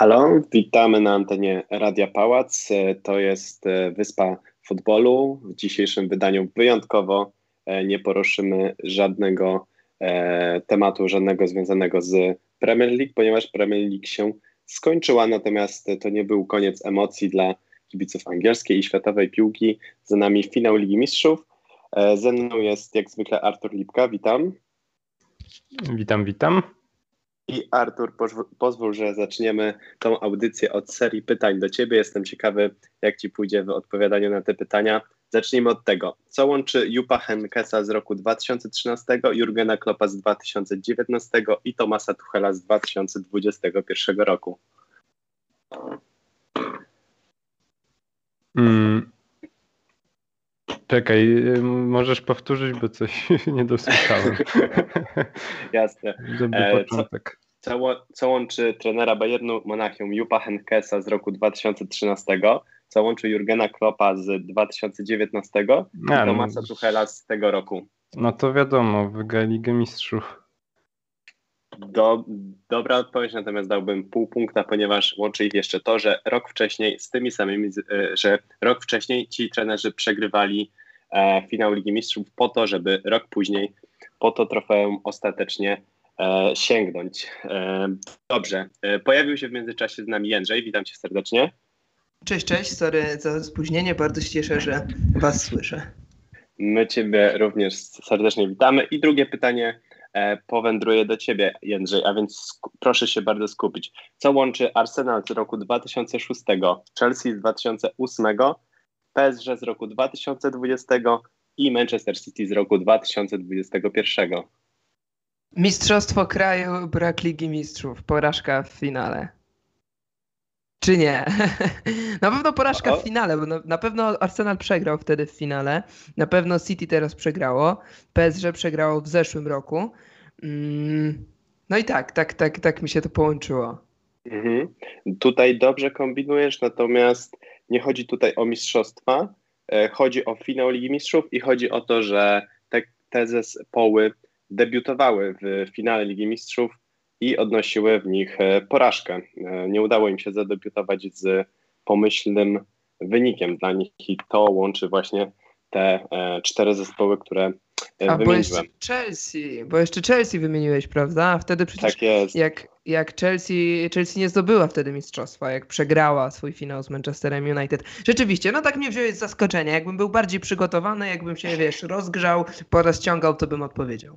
Halo, witamy na antenie Radia Pałac. To jest Wyspa Futbolu. W dzisiejszym wydaniu wyjątkowo nie poruszymy żadnego tematu, żadnego związanego z Premier League, ponieważ Premier League się skończyła, natomiast to nie był koniec emocji dla kibiców angielskiej i światowej piłki. Za nami finał Ligi Mistrzów. Ze mną jest jak zwykle Artur Lipka, witam. Witam. I Artur, pozwól, że zaczniemy tą audycję od serii pytań do Ciebie. Jestem ciekawy, jak Ci pójdzie w odpowiadaniu na te pytania. Zacznijmy od tego. Co łączy Juppa Heynckesa z roku 2013, Jurgena Kloppa z 2019 i Thomasa Tuchela z 2021 roku? Czekaj, możesz powtórzyć, bo coś nie dosłyszałem. Jasne. Dobry początek. Co łączy trenera Bayernu Monachium Juppa Heynckesa z roku 2013, co łączy Jurgena Kloppa z 2019 i Thomasa Tuchela z tego roku? No to wiadomo, wygrali Ligę Mistrzów. Dobra odpowiedź, natomiast dałbym pół punkta, ponieważ łączy ich jeszcze to, że rok wcześniej ci trenerzy przegrywali finał Ligi Mistrzów po to, żeby rok później po to trofeum ostatecznie sięgnąć. Dobrze, pojawił się w międzyczasie z nami Jędrzej, witam Cię serdecznie. Cześć, sorry za spóźnienie, bardzo się cieszę, że Was słyszę. My Ciebie również serdecznie witamy i drugie pytanie powędruje do Ciebie, Jędrzej, a więc proszę się bardzo skupić. Co łączy Arsenal z roku 2006, Chelsea z 2008, PSG z roku 2020 i Manchester City z roku 2021? Mistrzostwo kraju, brak Ligi Mistrzów, porażka w finale. Czy nie? Na pewno porażka w finale, bo na pewno Arsenal przegrał wtedy w finale. Na pewno City teraz przegrało. PSG przegrało w zeszłym roku. No i tak mi się to połączyło. Tutaj dobrze kombinujesz, natomiast nie chodzi tutaj o mistrzostwa. Chodzi o finał Ligi Mistrzów i chodzi o to, że te zespoły debiutowały w finale Ligi Mistrzów i odnosiły w nich porażkę. Nie udało im się zadebiutować z pomyślnym wynikiem dla nich i to łączy właśnie te 4 zespoły, które wymieniłem. Bo jeszcze Chelsea wymieniłeś, prawda? A wtedy przecież tak jest. jak Chelsea nie zdobyła wtedy mistrzostwa, jak przegrała swój finał z Manchesterem United. Rzeczywiście, no tak mnie wziąłeś z zaskoczenia. Jakbym był bardziej przygotowany, jakbym się, rozgrzał, porozciągał, to bym odpowiedział.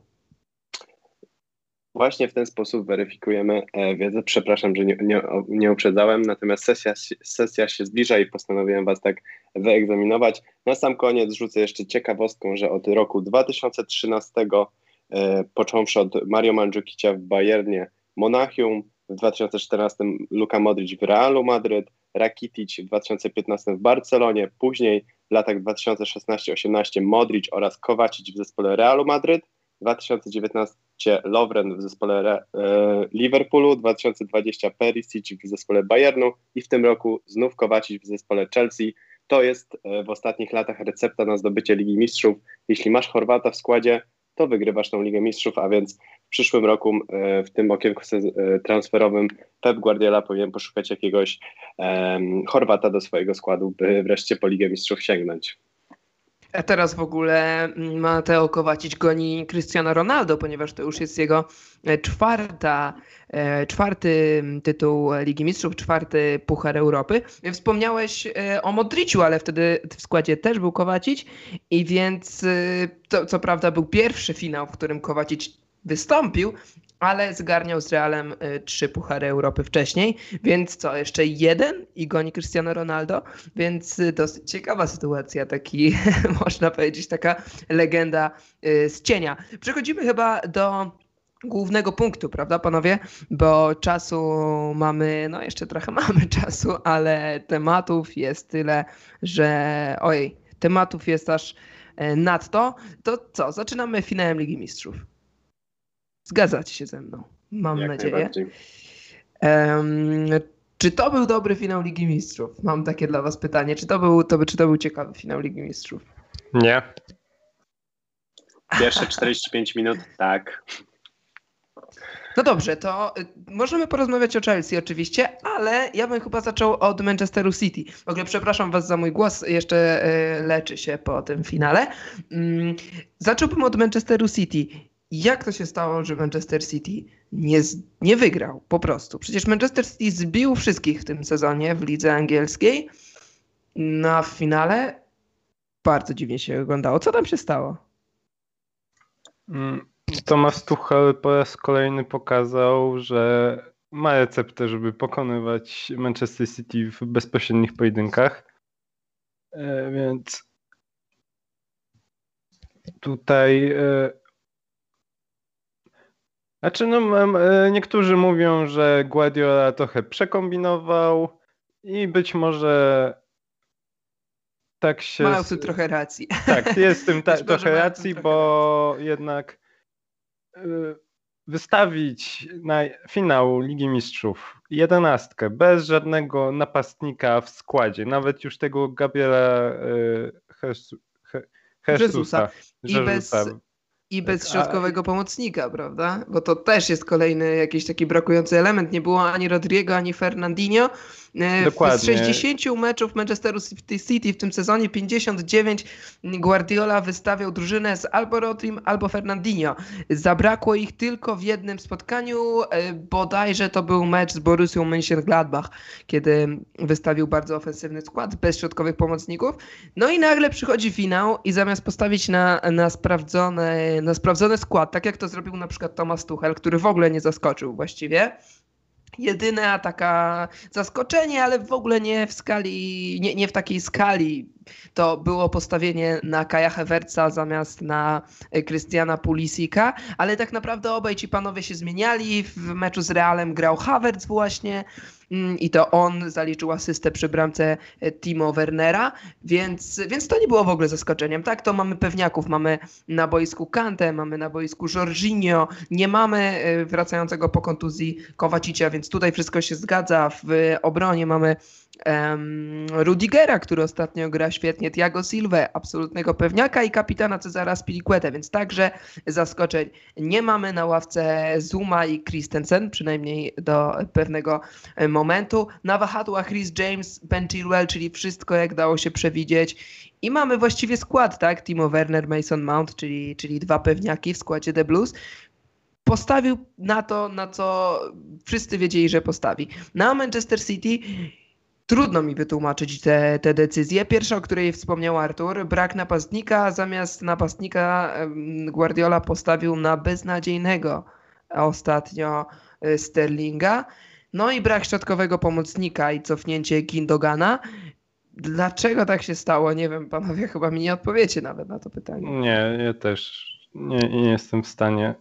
Właśnie w ten sposób weryfikujemy wiedzę. Przepraszam, że nie uprzedzałem, natomiast sesja się zbliża i postanowiłem Was tak wyegzaminować. Na sam koniec rzucę jeszcze ciekawostką, że od roku 2013, począwszy od Mario Mandzukicia w Bayernie Monachium, w 2014 Luka Modric w Realu Madryt, Rakitic w 2015 w Barcelonie, później w latach 2016-18 Modric oraz Kovacic w zespole Realu Madryt, 2019 Lovren w zespole Liverpoolu, 2020 Perisic w zespole Bayernu i w tym roku znów Kovacic w zespole Chelsea. To jest w ostatnich latach recepta na zdobycie Ligi Mistrzów. Jeśli masz Chorwata w składzie, to wygrywasz tą Ligę Mistrzów, a więc w przyszłym roku, w tym okienku transferowym, Pep Guardiola powinien poszukać jakiegoś Chorwata do swojego składu, by wreszcie po Ligę Mistrzów sięgnąć. A teraz w ogóle Mateo Kovacic goni Cristiano Ronaldo, ponieważ to już jest jego czwarty tytuł Ligi Mistrzów, 4. Puchar Europy. Wspomniałeś o Modriciu, ale wtedy w składzie też był Kovacic i więc to co prawda był pierwszy finał, w którym Kovacic wystąpił, ale zgarniał z Realem 3 Puchary Europy wcześniej, więc co, jeszcze 1 i goni Cristiano Ronaldo, więc dosyć ciekawa sytuacja, taki można powiedzieć taka legenda z cienia. Przechodzimy chyba do głównego punktu, prawda panowie, bo czasu mamy, no jeszcze trochę mamy czasu, ale tematów jest tyle, że tematów jest aż nadto. To co, zaczynamy finałem Ligi Mistrzów. Zgadzacie się ze mną, mam nadzieję. Czy to był dobry finał Ligi Mistrzów? Mam takie dla Was pytanie. Czy to był ciekawy finał Ligi Mistrzów? Nie. Pierwsze 45 minut, tak. No dobrze, to możemy porozmawiać o Chelsea oczywiście, ale ja bym chyba zaczął od Manchesteru City. W ogóle przepraszam was za mój głos, jeszcze leczy się po tym finale. Zacząłbym od Manchesteru City. Jak to się stało, że Manchester City nie wygrał po prostu? Przecież Manchester City zbił wszystkich w tym sezonie w lidze angielskiej. Na finale bardzo dziwnie się oglądało. Co tam się stało? Thomas Tuchel po raz kolejny pokazał, że ma receptę, żeby pokonywać Manchester City w bezpośrednich pojedynkach. Więc tutaj niektórzy mówią, że Guardiola trochę przekombinował i być może tak się... Mają w tym trochę racji. Tak, jest w tym trochę racji, bo jednak wystawić na finał Ligi Mistrzów 11 bez żadnego napastnika w składzie, nawet już tego Gabriela Jesusa. I bez środkowego pomocnika, prawda? Bo to też jest kolejny jakiś taki brakujący element. Nie było ani Rodrigo, ani Fernandinho. Dokładnie. Z 60 meczów Manchesteru City w tym sezonie 59 Guardiola wystawiał drużynę z albo Rodrim, albo Fernandinho. Zabrakło ich tylko w jednym spotkaniu, bodajże to był mecz z Borussią Mönchengladbach, kiedy wystawił bardzo ofensywny skład, bez środkowych pomocników. No i nagle przychodzi finał i zamiast postawić na sprawdzony skład, tak jak to zrobił na przykład Thomas Tuchel, który w ogóle nie zaskoczył właściwie, jedyne taka zaskoczenie, ale w ogóle nie w skali, nie w takiej skali, to było postawienie na Kaja Havertza zamiast na Christiana Pulisic'a, ale tak naprawdę obaj ci panowie się zmieniali. W meczu z Realem grał Havertz właśnie i to on zaliczył asystę przy bramce Timo Wernera, więc to nie było w ogóle zaskoczeniem. Tak, to mamy pewniaków, mamy na boisku Kante, mamy na boisku Jorginho, nie mamy wracającego po kontuzji Kovacicia, więc tutaj wszystko się zgadza. W obronie mamy Rudigera, który ostatnio gra świetnie, Thiago Silva, absolutnego pewniaka i kapitana Cezara Azpilicuetę, więc także zaskoczeń nie mamy. Na ławce Zuma i Christensen, przynajmniej do pewnego momentu. Na wahadłach Reece James, Ben Chilwell, czyli wszystko jak dało się przewidzieć. I mamy właściwie skład, tak? Timo Werner, Mason Mount, czyli dwa pewniaki w składzie The Blues. Postawił na to, na co wszyscy wiedzieli, że postawi. Na Manchester City trudno mi wytłumaczyć te decyzje. Pierwsza, o której wspomniał Artur, brak napastnika. Zamiast napastnika Guardiola postawił na beznadziejnego ostatnio Sterlinga. No i brak środkowego pomocnika i cofnięcie Gündogana. Dlaczego tak się stało? Nie wiem, panowie, chyba mi nie odpowiecie nawet na to pytanie. Nie, ja też nie jestem w stanie.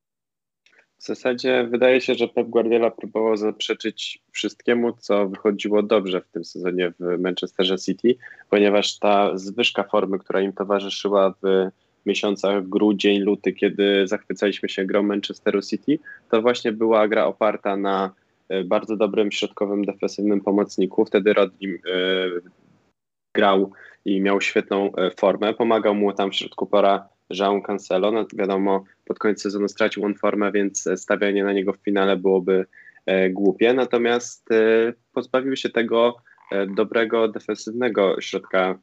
W zasadzie wydaje się, że Pep Guardiola próbował zaprzeczyć wszystkiemu, co wychodziło dobrze w tym sezonie w Manchesterze City, ponieważ ta zwyżka formy, która im towarzyszyła w miesiącach grudzień, luty, kiedy zachwycaliśmy się grą Manchesteru City, to właśnie była gra oparta na bardzo dobrym środkowym, defensywnym pomocniku. Wtedy Rodri grał i miał świetną formę. Pomagał mu tam w środku pora João Cancelo. No, wiadomo, pod koniec sezonu stracił on formę, więc stawianie na niego w finale byłoby głupie. Natomiast pozbawił się tego dobrego, defensywnego środka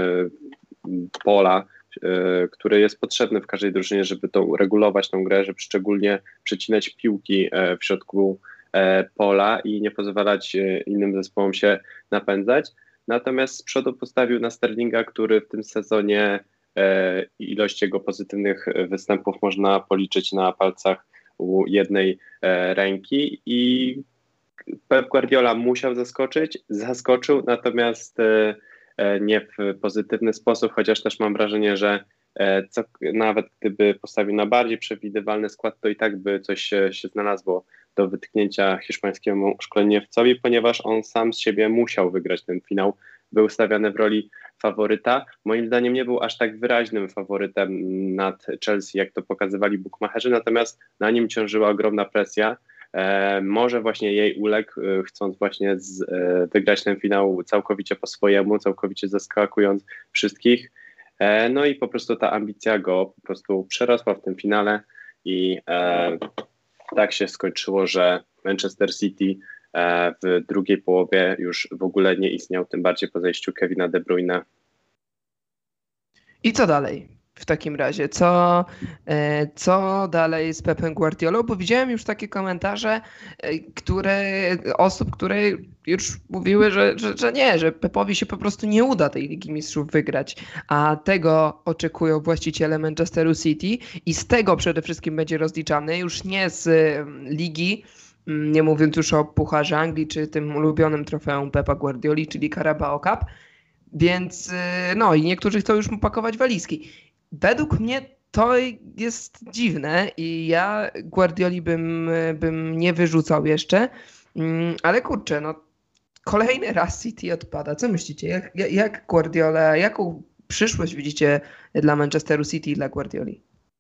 pola, który jest potrzebny w każdej drużynie, żeby regulować tą grę, żeby szczególnie przecinać piłki w środku pola i nie pozwalać innym zespołom się napędzać. Natomiast z przodu postawił na Sterlinga, który w tym sezonie ilość jego pozytywnych występów można policzyć na palcach u jednej ręki i Pep Guardiola musiał zaskoczył, natomiast nie w pozytywny sposób, chociaż też mam wrażenie, że nawet gdyby postawił na bardziej przewidywalny skład, to i tak by coś się znalazło do wytknięcia hiszpańskiemu szkoleniowcowi, ponieważ on sam z siebie musiał wygrać ten finał. Był stawiany w roli faworyta. Moim zdaniem nie był aż tak wyraźnym faworytem nad Chelsea, jak to pokazywali bukmacherzy, natomiast na nim ciążyła ogromna presja. Może właśnie jej uległ, chcąc właśnie wygrać ten finał całkowicie po swojemu, całkowicie zaskakując wszystkich. No i po prostu ta ambicja go po prostu przerosła w tym finale i tak się skończyło, że Manchester City w drugiej połowie już w ogóle nie istniał, tym bardziej po zejściu Kevina De Bruyne. I co dalej w takim razie? Co dalej z Pepem Guardiolą? Bo widziałem już takie komentarze osób, które już mówiły, że Pepowi się po prostu nie uda tej Ligi Mistrzów wygrać, a tego oczekują właściciele Manchesteru City i z tego przede wszystkim będzie rozliczany, już nie z Ligi, nie mówiąc już o Pucharze Anglii, czy tym ulubionym trofeum Pepa Guardioli, czyli Carabao Cup. Więc no i niektórzy chcą już mu pakować walizki. Według mnie to jest dziwne i ja Guardioli bym nie wyrzucał jeszcze, ale kurczę, no kolejny raz City odpada. Co myślicie? Jak Guardiola, jaką przyszłość widzicie dla Manchesteru City i dla Guardioli?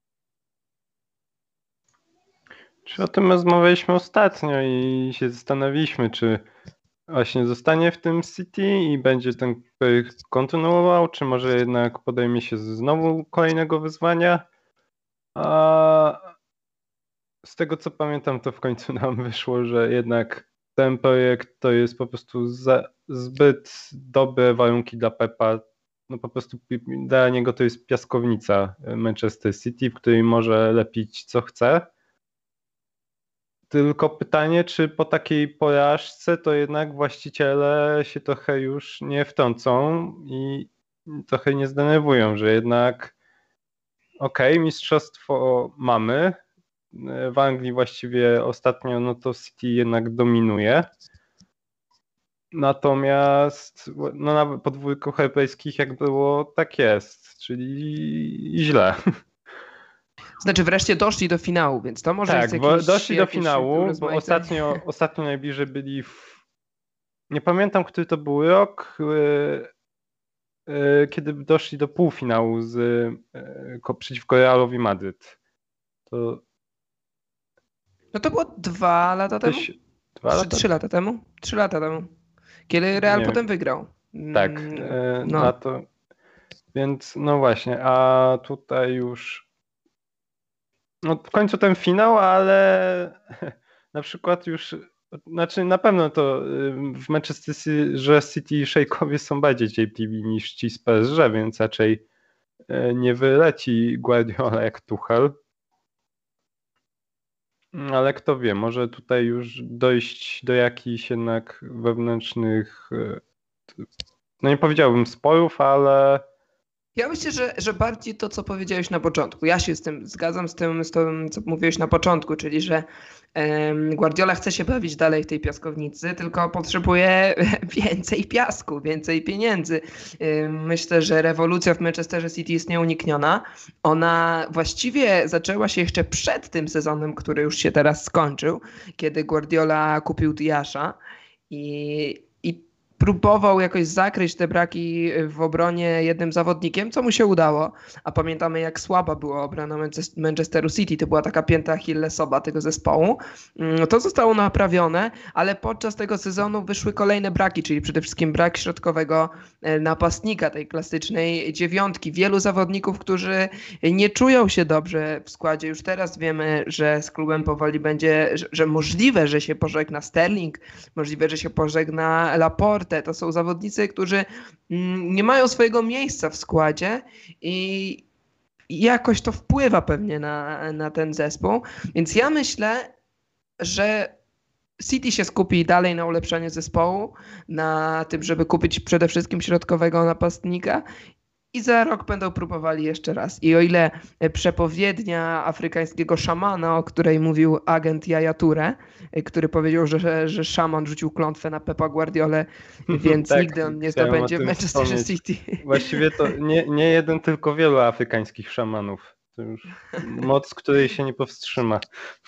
Czy o tym rozmawialiśmy ostatnio i się zastanowiliśmy, czy właśnie zostanie w tym City i będzie ten projekt kontynuował, czy może jednak podejmie się znowu kolejnego wyzwania. A z tego co pamiętam, to w końcu nam wyszło, że jednak ten projekt to jest po prostu zbyt dobre warunki dla Pepa. No po prostu dla niego to jest piaskownica Manchester City, w której może lepić co chce. Tylko pytanie, czy po takiej porażce to jednak właściciele się trochę już nie wtrącą i trochę nie zdenerwują, że jednak mistrzostwo mamy. W Anglii właściwie ostatnio no to City jednak dominuje. Natomiast no na podwórku europejskich jak było, tak jest, czyli źle. Znaczy wreszcie doszli do finału, więc to może jest jakiś... Tak, doszli do finału, bo ostatnio najbliżej byli nie pamiętam, który to był rok, kiedy doszli do półfinału przeciwko Realowi Madryt. No to było 2 lata temu? 3 lata temu? 3 lata temu. Kiedy Real potem wygrał. Tak, no. Więc no właśnie, a tutaj już no w końcu ten finał, ale na przykład już, znaczy na pewno to w Manchester City szejkowie są bardziej cierpliwi niż ci z PSG, więc raczej nie wyleci Guardiola jak Tuchel. Ale kto wie, może tutaj już dojść do jakichś jednak wewnętrznych, no nie powiedziałbym sporów, ale... Ja myślę, że bardziej to, co powiedziałeś na początku. Ja się zgadzam z tym, co mówiłeś na początku, czyli że Guardiola chce się bawić dalej w tej piaskownicy, tylko potrzebuje więcej piasku, więcej pieniędzy. Myślę, że rewolucja w Manchesterze City jest nieunikniona. Ona właściwie zaczęła się jeszcze przed tym sezonem, który już się teraz skończył, kiedy Guardiola kupił Diasza i próbował jakoś zakryć te braki w obronie jednym zawodnikiem, co mu się udało. A pamiętamy, jak słaba była obrona Manchesteru City. To była taka pięta achillesowa tego zespołu. To zostało naprawione, ale podczas tego sezonu wyszły kolejne braki, czyli przede wszystkim brak środkowego napastnika, tej klasycznej dziewiątki. Wielu zawodników, którzy nie czują się dobrze w składzie. Już teraz wiemy, że z klubem powoli będzie, że możliwe, że się pożegna Sterling, możliwe, że się pożegna Laporte. To są zawodnicy, którzy nie mają swojego miejsca w składzie i jakoś to wpływa pewnie na ten zespół. Więc ja myślę, że City się skupi dalej na ulepszaniu zespołu, na tym, żeby kupić przede wszystkim środkowego napastnika i za rok będą próbowali jeszcze raz. I o ile przepowiednia afrykańskiego szamana, o której mówił agent Yaya Toure, który powiedział, że szaman rzucił klątwę na Pepa Guardiolę, więc tak, nigdy on nie zdobędzie w Manchester City. Właściwie to nie jeden, tylko wielu afrykańskich szamanów. To już moc, której się nie powstrzyma.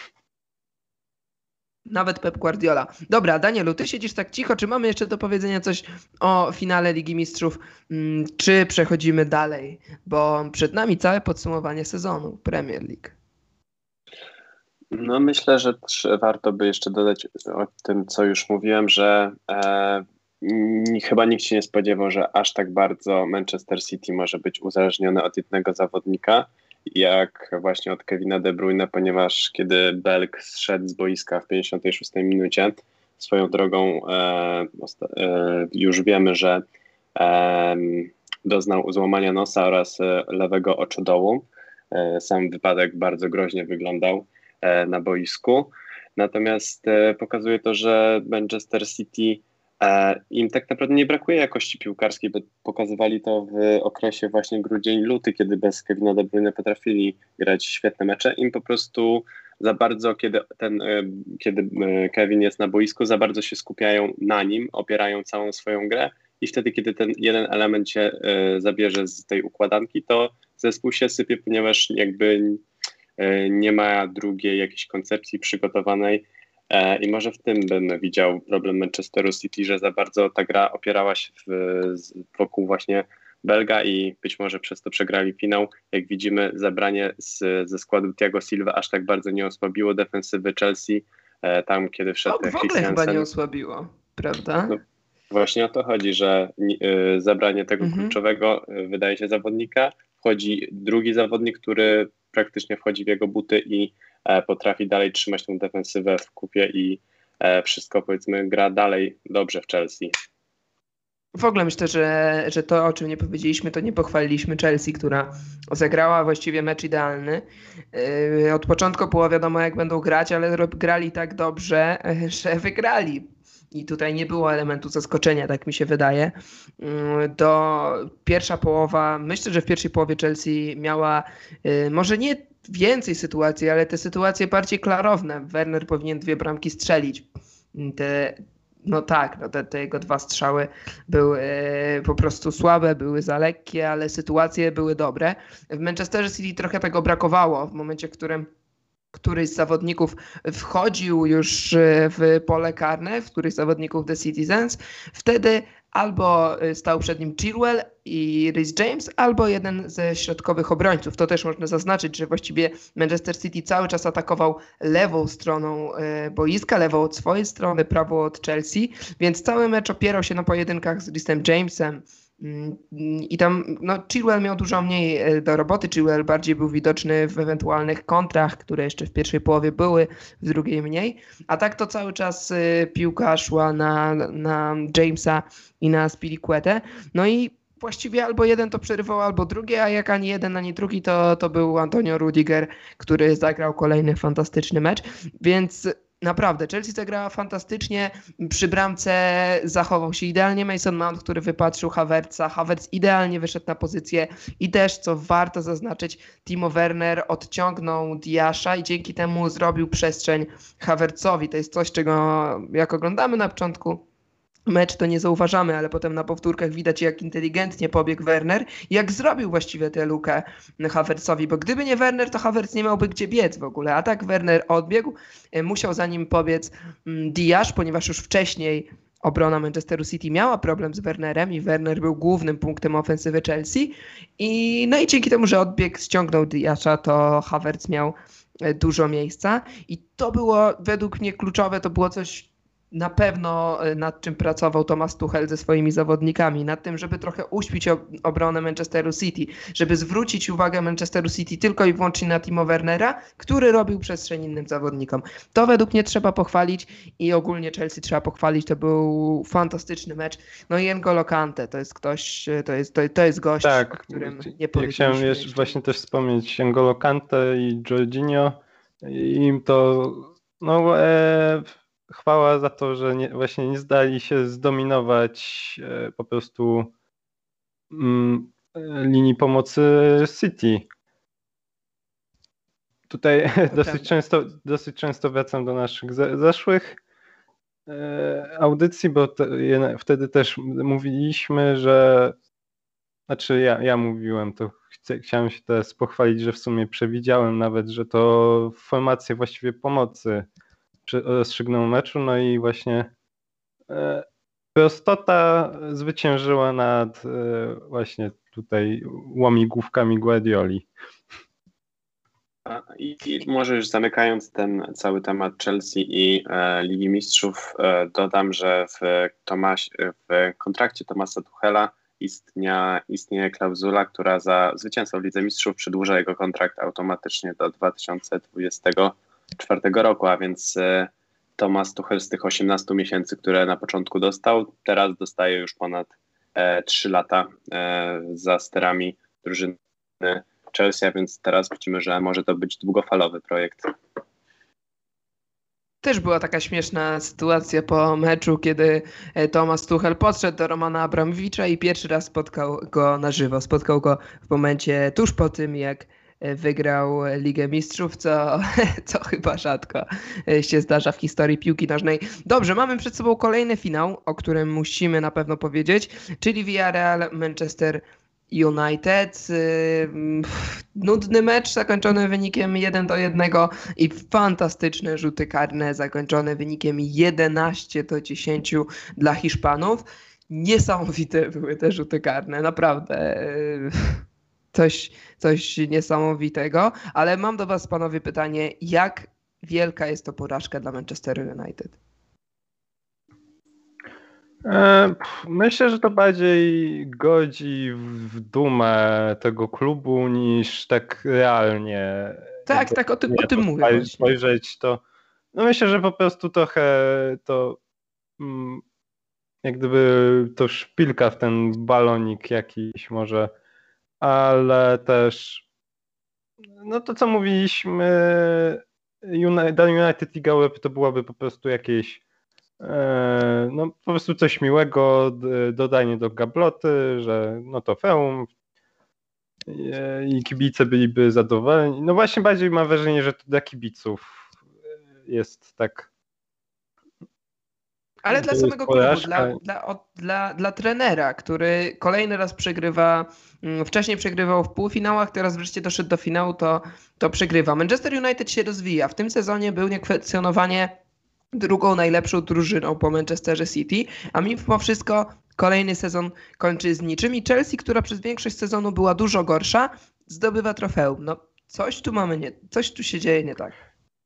Nawet Pep Guardiola. Dobra, Danielu, ty siedzisz tak cicho, czy mamy jeszcze do powiedzenia coś o finale Ligi Mistrzów, czy przechodzimy dalej, bo przed nami całe podsumowanie sezonu Premier League. No myślę, że warto by jeszcze dodać o tym, co już mówiłem, że chyba nikt się nie spodziewał, że aż tak bardzo Manchester City może być uzależniony od jednego zawodnika jak właśnie od Kevina De Bruyne, ponieważ kiedy Belg zszedł z boiska w 56 minucie, swoją drogą już wiemy, że doznał złamania nosa oraz lewego oczodołu. Sam wypadek bardzo groźnie wyglądał na boisku. Natomiast pokazuje to, że Manchester City im tak naprawdę nie brakuje jakości piłkarskiej, bo pokazywali to w okresie właśnie grudzień-luty, kiedy bez Kevina De Bruyne potrafili grać świetne mecze. Im po prostu za bardzo, kiedy Kevin jest na boisku, za bardzo się skupiają na nim, opierają całą swoją grę i wtedy, kiedy ten jeden element się zabierze z tej układanki, to zespół się sypie, ponieważ jakby nie ma drugiej jakiejś koncepcji przygotowanej. I może w tym bym widział problem Manchesteru City, że za bardzo ta gra opierała się wokół właśnie Belga i być może przez to przegrali finał. Jak widzimy, zabranie ze składu Thiago Silva aż tak bardzo nie osłabiło defensywy Chelsea, tam kiedy wszedł w ogóle chyba nie osłabiło, prawda? No, właśnie o to chodzi, że zabranie tego kluczowego wydaje się zawodnika, wchodzi drugi zawodnik, który praktycznie wchodzi w jego buty i potrafi dalej trzymać tą defensywę w kupie i wszystko, powiedzmy, gra dalej dobrze w Chelsea. W ogóle myślę, że to, o czym nie powiedzieliśmy, to nie pochwaliliśmy Chelsea, która zagrała właściwie mecz idealny. Od początku było wiadomo, jak będą grać, ale grali tak dobrze, że wygrali. I tutaj nie było elementu zaskoczenia, tak mi się wydaje. Pierwsza połowa, myślę, że w pierwszej połowie Chelsea miała może nie więcej sytuacji, ale te sytuacje bardziej klarowne. Werner powinien 2 bramki strzelić. Te jego 2 strzały były po prostu słabe, były za lekkie, ale sytuacje były dobre. W Manchesterze City trochę tego brakowało w momencie, w którym któryś z zawodników wchodził już w pole karne, w któryś z zawodników The Citizens, wtedy albo stał przed nim Chilwell i Reece James, albo jeden ze środkowych obrońców. To też można zaznaczyć, że właściwie Manchester City cały czas atakował lewą stroną boiska, lewą od swojej strony, prawą od Chelsea, więc cały mecz opierał się na pojedynkach z Reece'em Jamesem. I tam Chilwell miał dużo mniej do roboty, Chilwell bardziej był widoczny w ewentualnych kontrach, które jeszcze w pierwszej połowie były, w drugiej mniej, a tak to cały czas piłka szła na Jamesa i na Spilicuetę, no i właściwie albo jeden to przerywał, albo drugie, a jak ani jeden, ani drugi, to był Antonio Rudiger, który zagrał kolejny fantastyczny mecz, więc naprawdę, Chelsea zagrała fantastycznie, przy bramce zachował się idealnie Mason Mount, który wypatrzył Havertza. Havertz idealnie wyszedł na pozycję i też, co warto zaznaczyć, Timo Werner odciągnął Diasza i dzięki temu zrobił przestrzeń Havertzowi. To jest coś, czego jak oglądamy na początku mecz, to nie zauważamy, ale potem na powtórkach widać, jak inteligentnie pobiegł Werner i jak zrobił właściwie tę lukę Havertzowi, bo gdyby nie Werner, to Havertz nie miałby gdzie biec w ogóle, a tak Werner odbiegł, musiał za nim pobiec Diasz, ponieważ już wcześniej obrona Manchesteru City miała problem z Wernerem i Werner był głównym punktem ofensywy Chelsea i dzięki temu, że odbiegł, ściągnął Diasza, to Havertz miał dużo miejsca i to było według mnie kluczowe, to było coś na pewno, nad czym pracował Thomas Tuchel ze swoimi zawodnikami, nad tym, żeby trochę uśpić obronę Manchesteru City, żeby zwrócić uwagę Manchesteru City tylko i wyłącznie na Timo Wernera, który robił przestrzeń innym zawodnikom. To według mnie trzeba pochwalić i ogólnie Chelsea trzeba pochwalić, to był fantastyczny mecz. No i N'Golo Kante, to jest ktoś, to jest gość, tak, o którym ja nie powiedzieliśmy. Chciałem jeszcze właśnie też wspomnieć N'Golo Kante i Jorginho. Im to chwała za to, że właśnie nie zdali się zdominować po prostu linii pomocy City. Tutaj dosyć często wracam do naszych zeszłych audycji, bo wtedy też mówiliśmy, że ja mówiłem, to chciałem się teraz pochwalić, że w sumie przewidziałem nawet, że to formacje właściwie pomocy rozstrzygnął meczu, no i właśnie prostota zwyciężyła nad właśnie tutaj łamigłówkami Guardioli. I może już zamykając ten cały temat Chelsea i Ligi Mistrzów, dodam, że w kontrakcie Thomasa Tuchela istnieje klauzula, która za zwycięstwo w Lidze Mistrzów przedłuża jego kontrakt automatycznie do 2024 roku, a więc Thomas Tuchel z tych 18 miesięcy, które na początku dostał, teraz dostaje już ponad 3 lata za sterami drużyny Chelsea, a więc teraz widzimy, że może to być długofalowy projekt. Też była taka śmieszna sytuacja po meczu, kiedy Thomas Tuchel podszedł do Romana Abramowicza i pierwszy raz spotkał go na żywo. Spotkał go w momencie tuż po tym, jak wygrał Ligę Mistrzów, co chyba rzadko się zdarza w historii piłki nożnej. Dobrze, mamy przed sobą kolejny finał, o którym musimy na pewno powiedzieć, czyli Villarreal Manchester United. Nudny mecz zakończony wynikiem 1-1 i fantastyczne rzuty karne zakończone wynikiem 11-10 dla Hiszpanów. Niesamowite były te rzuty karne, naprawdę coś niesamowitego, ale mam do was, panowie, pytanie, jak wielka jest to porażka dla Manchesteru United? Myślę, że to bardziej godzi w dumę tego klubu niż tak realnie. Tak, o tym mówię. Spojrzeć to. No myślę, że po prostu trochę to jak gdyby to szpilka w ten balonik jakiś może, ale też no to co mówiliśmy, dla United Liga Europy to byłoby po prostu jakieś no po prostu coś miłego, dodanie do gabloty, że no to feum i kibice byliby zadowoleni. No właśnie bardziej mam wrażenie, że to dla kibiców jest tak. Ale dla samego klubu, dla trenera, który kolejny raz przegrywa, wcześniej przegrywał w półfinałach, teraz wreszcie doszedł do finału, to przegrywa. Manchester United się rozwija. W tym sezonie był niekwestionowanie drugą najlepszą drużyną po Manchesterze City, a mimo wszystko kolejny sezon kończy z niczym i Chelsea, która przez większość sezonu była dużo gorsza, zdobywa trofeum. No coś tu się dzieje nie tak.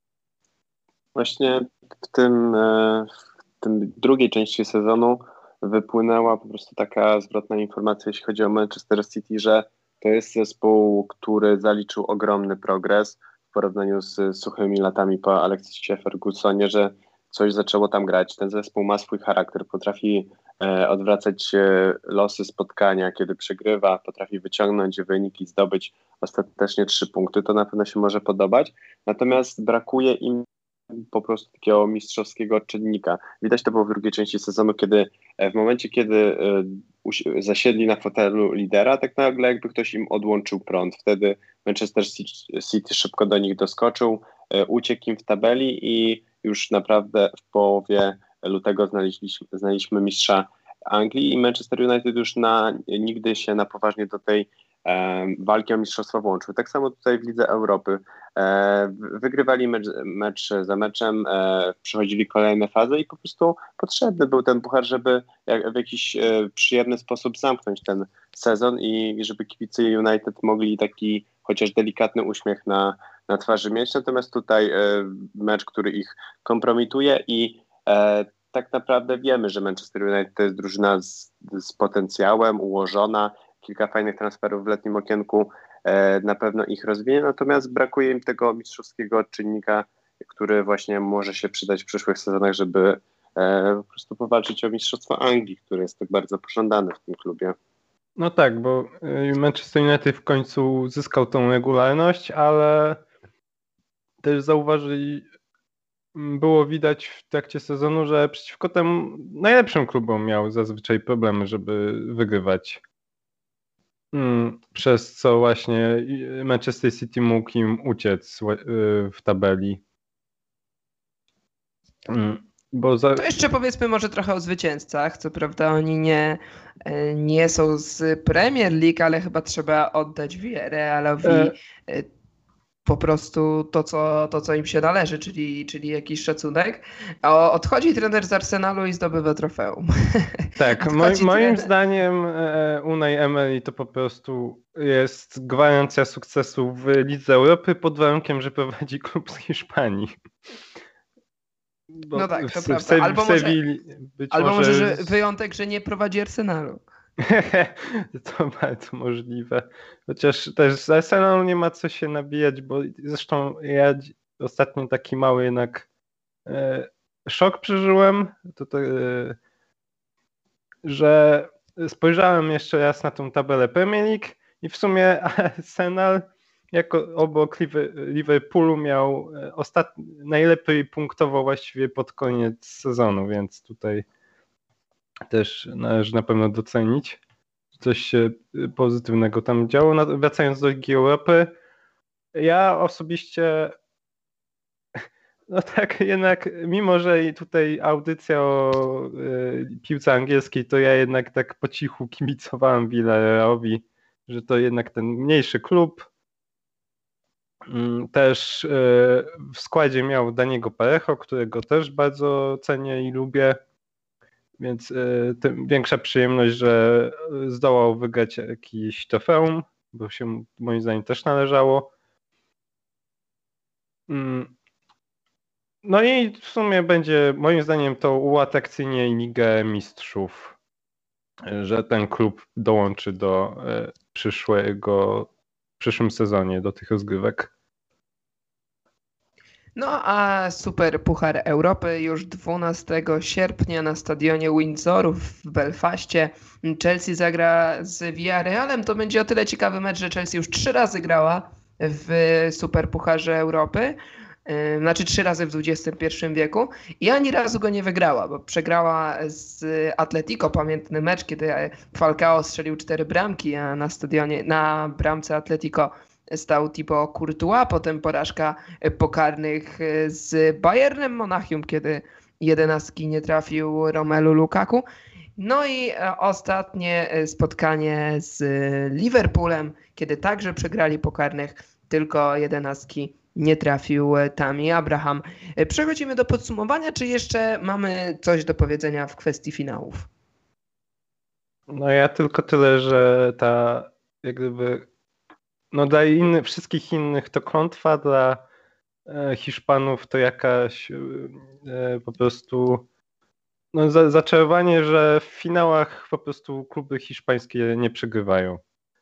Właśnie w tym drugiej części sezonu wypłynęła po prostu taka zwrotna informacja, jeśli chodzi o Manchester City, że to jest zespół, który zaliczył ogromny progres w porównaniu z suchymi latami po Alexisie Fergusonie, że coś zaczęło tam grać. Ten zespół ma swój charakter, potrafi odwracać losy spotkania, kiedy przegrywa, potrafi wyciągnąć wyniki, zdobyć ostatecznie 3 punkty. To na pewno się może podobać. Natomiast brakuje im po prostu takiego mistrzowskiego czynnika. Widać to było w drugiej części sezonu, kiedy w momencie, kiedy zasiedli na fotelu lidera, tak nagle jakby ktoś im odłączył prąd. Wtedy Manchester City szybko do nich doskoczył, uciekł im w tabeli i już naprawdę w połowie lutego znaleźliśmy mistrza Anglii i Manchester United już nigdy się na poważnie do tej walki o mistrzostwo włączył. Tak samo tutaj w Lidze Europy. Wygrywali mecz za meczem, przechodzili kolejne fazy i po prostu potrzebny był ten puchar, żeby w jakiś przyjemny sposób zamknąć ten sezon i żeby kibice United mogli taki chociaż delikatny uśmiech na twarzy mieć. Natomiast tutaj mecz, który ich kompromituje i tak naprawdę wiemy, że Manchester United to jest drużyna z potencjałem, ułożona, kilka fajnych transferów w letnim okienku na pewno ich rozwinie, natomiast brakuje im tego mistrzowskiego czynnika, który właśnie może się przydać w przyszłych sezonach, żeby po prostu powalczyć o mistrzostwo Anglii, które jest tak bardzo pożądane w tym klubie. No tak, bo Manchester United w końcu zyskał tą regularność, ale też było widać w trakcie sezonu, że przeciwko temu najlepszym klubom miał zazwyczaj problemy, żeby wygrywać. Przez co właśnie Manchester City mógł im uciec w tabeli. To jeszcze powiedzmy może trochę o zwycięzcach. Co prawda oni nie są z Premier League, ale chyba trzeba oddać Villarrealowi po prostu to, co im się należy, czyli jakiś szacunek. Odchodzi trener z Arsenalu i zdobywa trofeum. Tak, moim zdaniem Unai Emery to po prostu jest gwarancja sukcesu w Lidze Europy pod warunkiem, że prowadzi klub z Hiszpanii. No tak, to prawda. Albo może, że wyjątek, że nie prowadzi Arsenalu. To bardzo możliwe. Chociaż też z Arsenal nie ma co się nabijać, bo zresztą ja ostatnio taki mały jednak szok przeżyłem, że spojrzałem jeszcze raz na tą tabelę Premier League i w sumie Arsenal jako obok Liverpoolu miał najlepiej punktowo właściwie pod koniec sezonu, więc tutaj też należy na pewno docenić. Coś się pozytywnego tam działo. Wracając do Ligi Europy, ja osobiście no tak jednak, mimo że tutaj audycja o piłce angielskiej, to ja jednak tak po cichu kibicowałem Villarrealowi, że to jednak ten mniejszy klub. Też w składzie miał Daniego Parejo, którego też bardzo cenię i lubię, więc tym większa przyjemność, że zdołał wygrać jakiś trofeum, bo się moim zdaniem też należało. No i w sumie będzie moim zdaniem to uatrakcyjni Ligę Mistrzów, że ten klub dołączy do w przyszłym sezonie do tych rozgrywek. No a Super Puchar Europy już 12 sierpnia na stadionie Windsoru w Belfaście. Chelsea zagra z Villarrealem. To będzie o tyle ciekawy mecz, że Chelsea już 3 razy grała w Super Pucharze Europy. Znaczy 3 razy w XXI wieku i ani razu go nie wygrała, bo przegrała z Atletico, pamiętny mecz, kiedy Falcao strzelił 4 bramki, a na bramce Atletico stał Thibaut Courtois, potem porażka pokarnych z Bayernem Monachium, kiedy 11 nie trafił Romelu Lukaku. No i ostatnie spotkanie z Liverpoolem, kiedy także przegrali pokarnych, tylko 11 nie trafił Tammy Abraham. Przechodzimy do podsumowania, czy jeszcze mamy coś do powiedzenia w kwestii finałów? No ja tylko tyle, że ta jak gdyby dla wszystkich innych to klątwa, dla Hiszpanów to jakaś po prostu zaczarowanie, że w finałach po prostu kluby hiszpańskie nie przegrywają.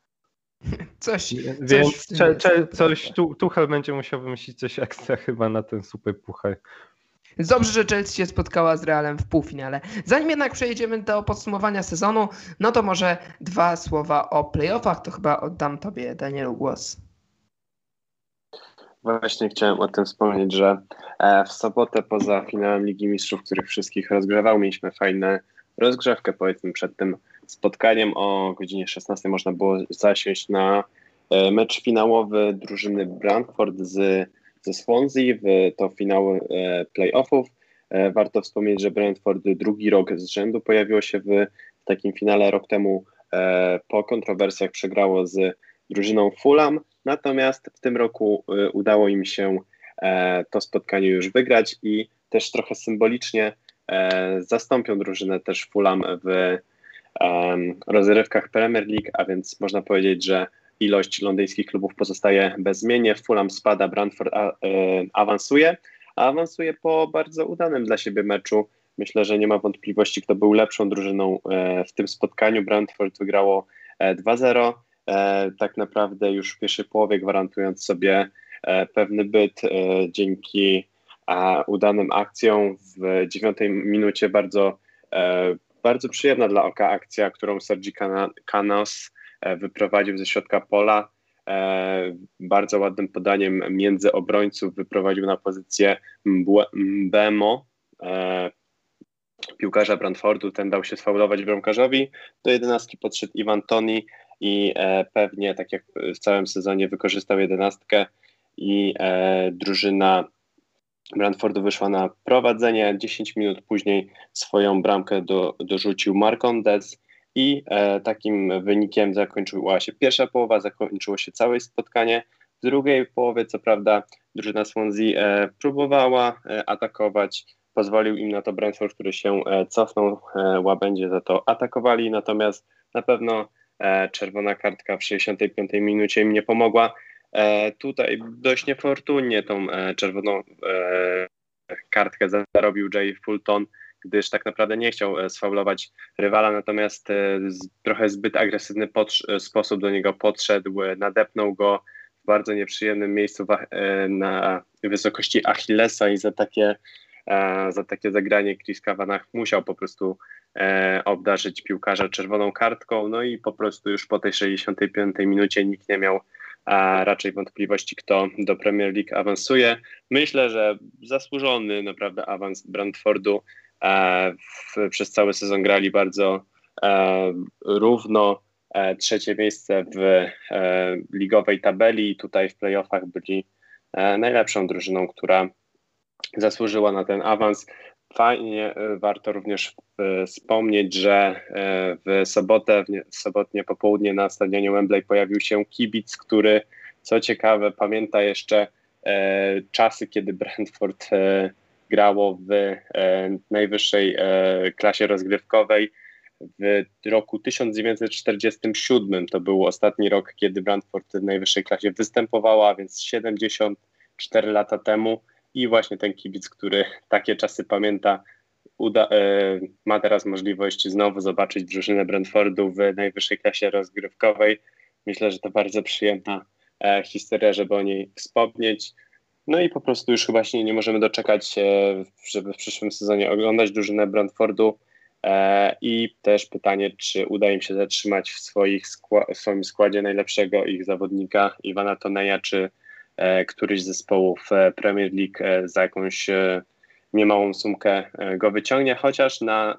Więc Tuchel będzie musiał wymyślić coś ekstra chyba na ten Super Puchar. Dobrze, że Chelsea się spotkała z Realem w półfinale. Zanim jednak przejdziemy do podsumowania sezonu, no to może 2 słowa o playoffach. To chyba oddam tobie, Danielu, głos. Właśnie chciałem o tym wspomnieć, że w sobotę poza finałem Ligi Mistrzów, których wszystkich rozgrywał, mieliśmy fajną rozgrzewkę, powiedzmy, przed tym spotkaniem. O godzinie 16 można było zasiąść na mecz finałowy drużyny Brentford ze Swansea, to finał playoffów. Warto wspomnieć, że Brentford drugi rok z rzędu pojawiło się w takim finale. Rok temu po kontrowersjach przegrało z drużyną Fulham, natomiast w tym roku udało im się to spotkanie już wygrać i też trochę symbolicznie zastąpią drużynę też Fulham w rozgrywkach Premier League, a więc można powiedzieć, że ilość londyńskich klubów pozostaje bezmiennie. Fulham spada, Brentford awansuje, a awansuje po bardzo udanym dla siebie meczu. Myślę, że nie ma wątpliwości, kto był lepszą drużyną w tym spotkaniu. Brentford wygrało 2-0, tak naprawdę już w pierwszej połowie gwarantując sobie pewny byt dzięki udanym akcjom. W 9 minucie bardzo przyjemna dla oka akcja, którą Sergi Canos wyprowadził ze środka pola. Bardzo ładnym podaniem między obrońców wyprowadził na pozycję Mbemo, piłkarza Brentfordu. Ten dał się sfaulować bramkarzowi. Do 11 podszedł Ivan Toney i pewnie, tak jak w całym sezonie, wykorzystał 11 i drużyna Brentfordu wyszła na prowadzenie. 10 minut później swoją bramkę dorzucił Marcondes i takim wynikiem zakończyła się pierwsza połowa, zakończyło się całe spotkanie. W drugiej połowie, co prawda, drużyna Swansea próbowała atakować, pozwolił im na to Brentford, który się cofnął, łabędzie za to atakowali, natomiast na pewno czerwona kartka w 65 minucie im nie pomogła. Tutaj dość niefortunnie tą czerwoną kartkę zarobił Jay Fulton, gdyż tak naprawdę nie chciał sfaulować rywala, natomiast trochę zbyt agresywny sposób do niego podszedł, nadepnął go w bardzo nieprzyjemnym miejscu na wysokości Achillesa i za takie zagranie Chris Kavanagh musiał po prostu obdarzyć piłkarza czerwoną kartką, no i po prostu już po tej 65 minucie nikt nie miał raczej wątpliwości, kto do Premier League awansuje. Myślę, że zasłużony naprawdę awans Brentfordu. Przez cały sezon grali bardzo równo. Trzecie miejsce w ligowej tabeli i tutaj w playoffach byli najlepszą drużyną, która zasłużyła na ten awans. Fajnie, warto również wspomnieć, że w sobotnie popołudnie na stadionie Wembley pojawił się kibic, który, co ciekawe, pamięta jeszcze czasy, kiedy Brentford grało w najwyższej klasie rozgrywkowej. W roku 1947 to był ostatni rok, kiedy Brentford w najwyższej klasie występowała, więc 74 lata temu. I właśnie ten kibic, który takie czasy pamięta, ma teraz możliwość znowu zobaczyć drużynę Brentfordu w najwyższej klasie rozgrywkowej. Myślę, że to bardzo przyjemna historia, żeby o niej wspomnieć. No i po prostu już chyba się nie możemy doczekać, żeby w przyszłym sezonie oglądać drużynę Brentfordu. I też pytanie, czy uda im się zatrzymać w swoim składzie najlepszego ich zawodnika Iwana Toneja, czy któryś z zespołów Premier League za jakąś niemałą sumkę go wyciągnie, chociaż na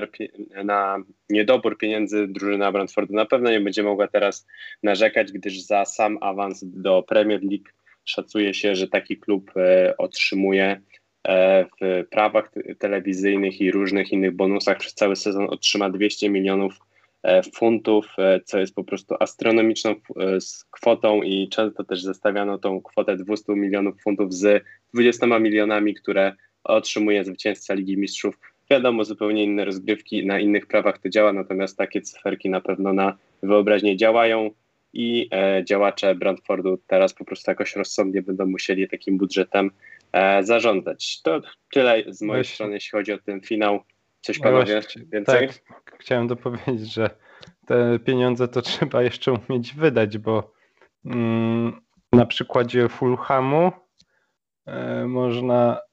niedobór pieniędzy drużyna Brentfordu na pewno nie będzie mogła teraz narzekać, gdyż za sam awans do Premier League szacuje się, że taki klub otrzymuje w prawach telewizyjnych i różnych innych bonusach przez cały sezon otrzyma 200 milionów funtów, co jest po prostu astronomiczną kwotą i często też zestawiano tą kwotę 200 milionów funtów z 20 milionami, które otrzymuje zwycięzca Ligi Mistrzów. Wiadomo, zupełnie inne rozgrywki, na innych prawach to działa, natomiast takie cyferki na pewno na wyobraźnię działają i działacze Brentfordu teraz po prostu jakoś rozsądnie będą musieli takim budżetem zarządzać. To tyle z mojej strony, jeśli chodzi o ten finał. Coś panowie więcej? Tak, chciałem dopowiedzieć, że te pieniądze to trzeba jeszcze umieć wydać, bo na przykładzie Fulhamu można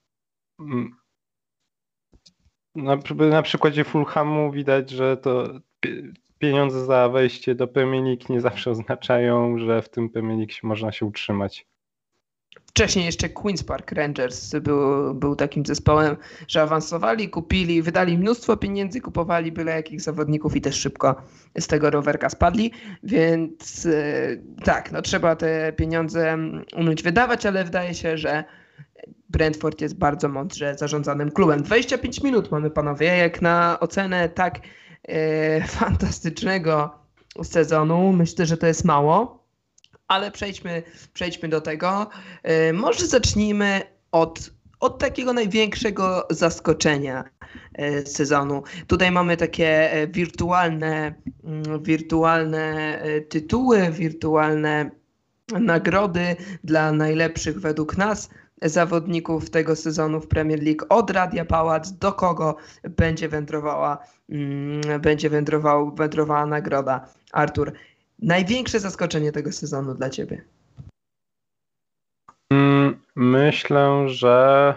na przykładzie Fulhamu widać, że to pieniądze za wejście do Premier League nie zawsze oznaczają, że w tym Premier League można się utrzymać. Wcześniej jeszcze Queen's Park Rangers był takim zespołem, że awansowali, kupili, wydali mnóstwo pieniędzy, kupowali byle jakich zawodników i też szybko z tego rowerka spadli, więc tak, no trzeba te pieniądze umieć wydawać, ale wydaje się, że Brentford jest bardzo mądrze zarządzanym klubem. 25 minut mamy, panowie, jak na ocenę tak fantastycznego sezonu, myślę, że to jest mało. Ale przejdźmy do tego. Może zacznijmy od takiego największego zaskoczenia sezonu. Tutaj mamy takie wirtualne tytuły, wirtualne nagrody dla najlepszych według nas zawodników tego sezonu w Premier League. Od Radia Pałac do kogo będzie wędrowała nagroda? Artur, największe zaskoczenie tego sezonu dla ciebie? Myślę, że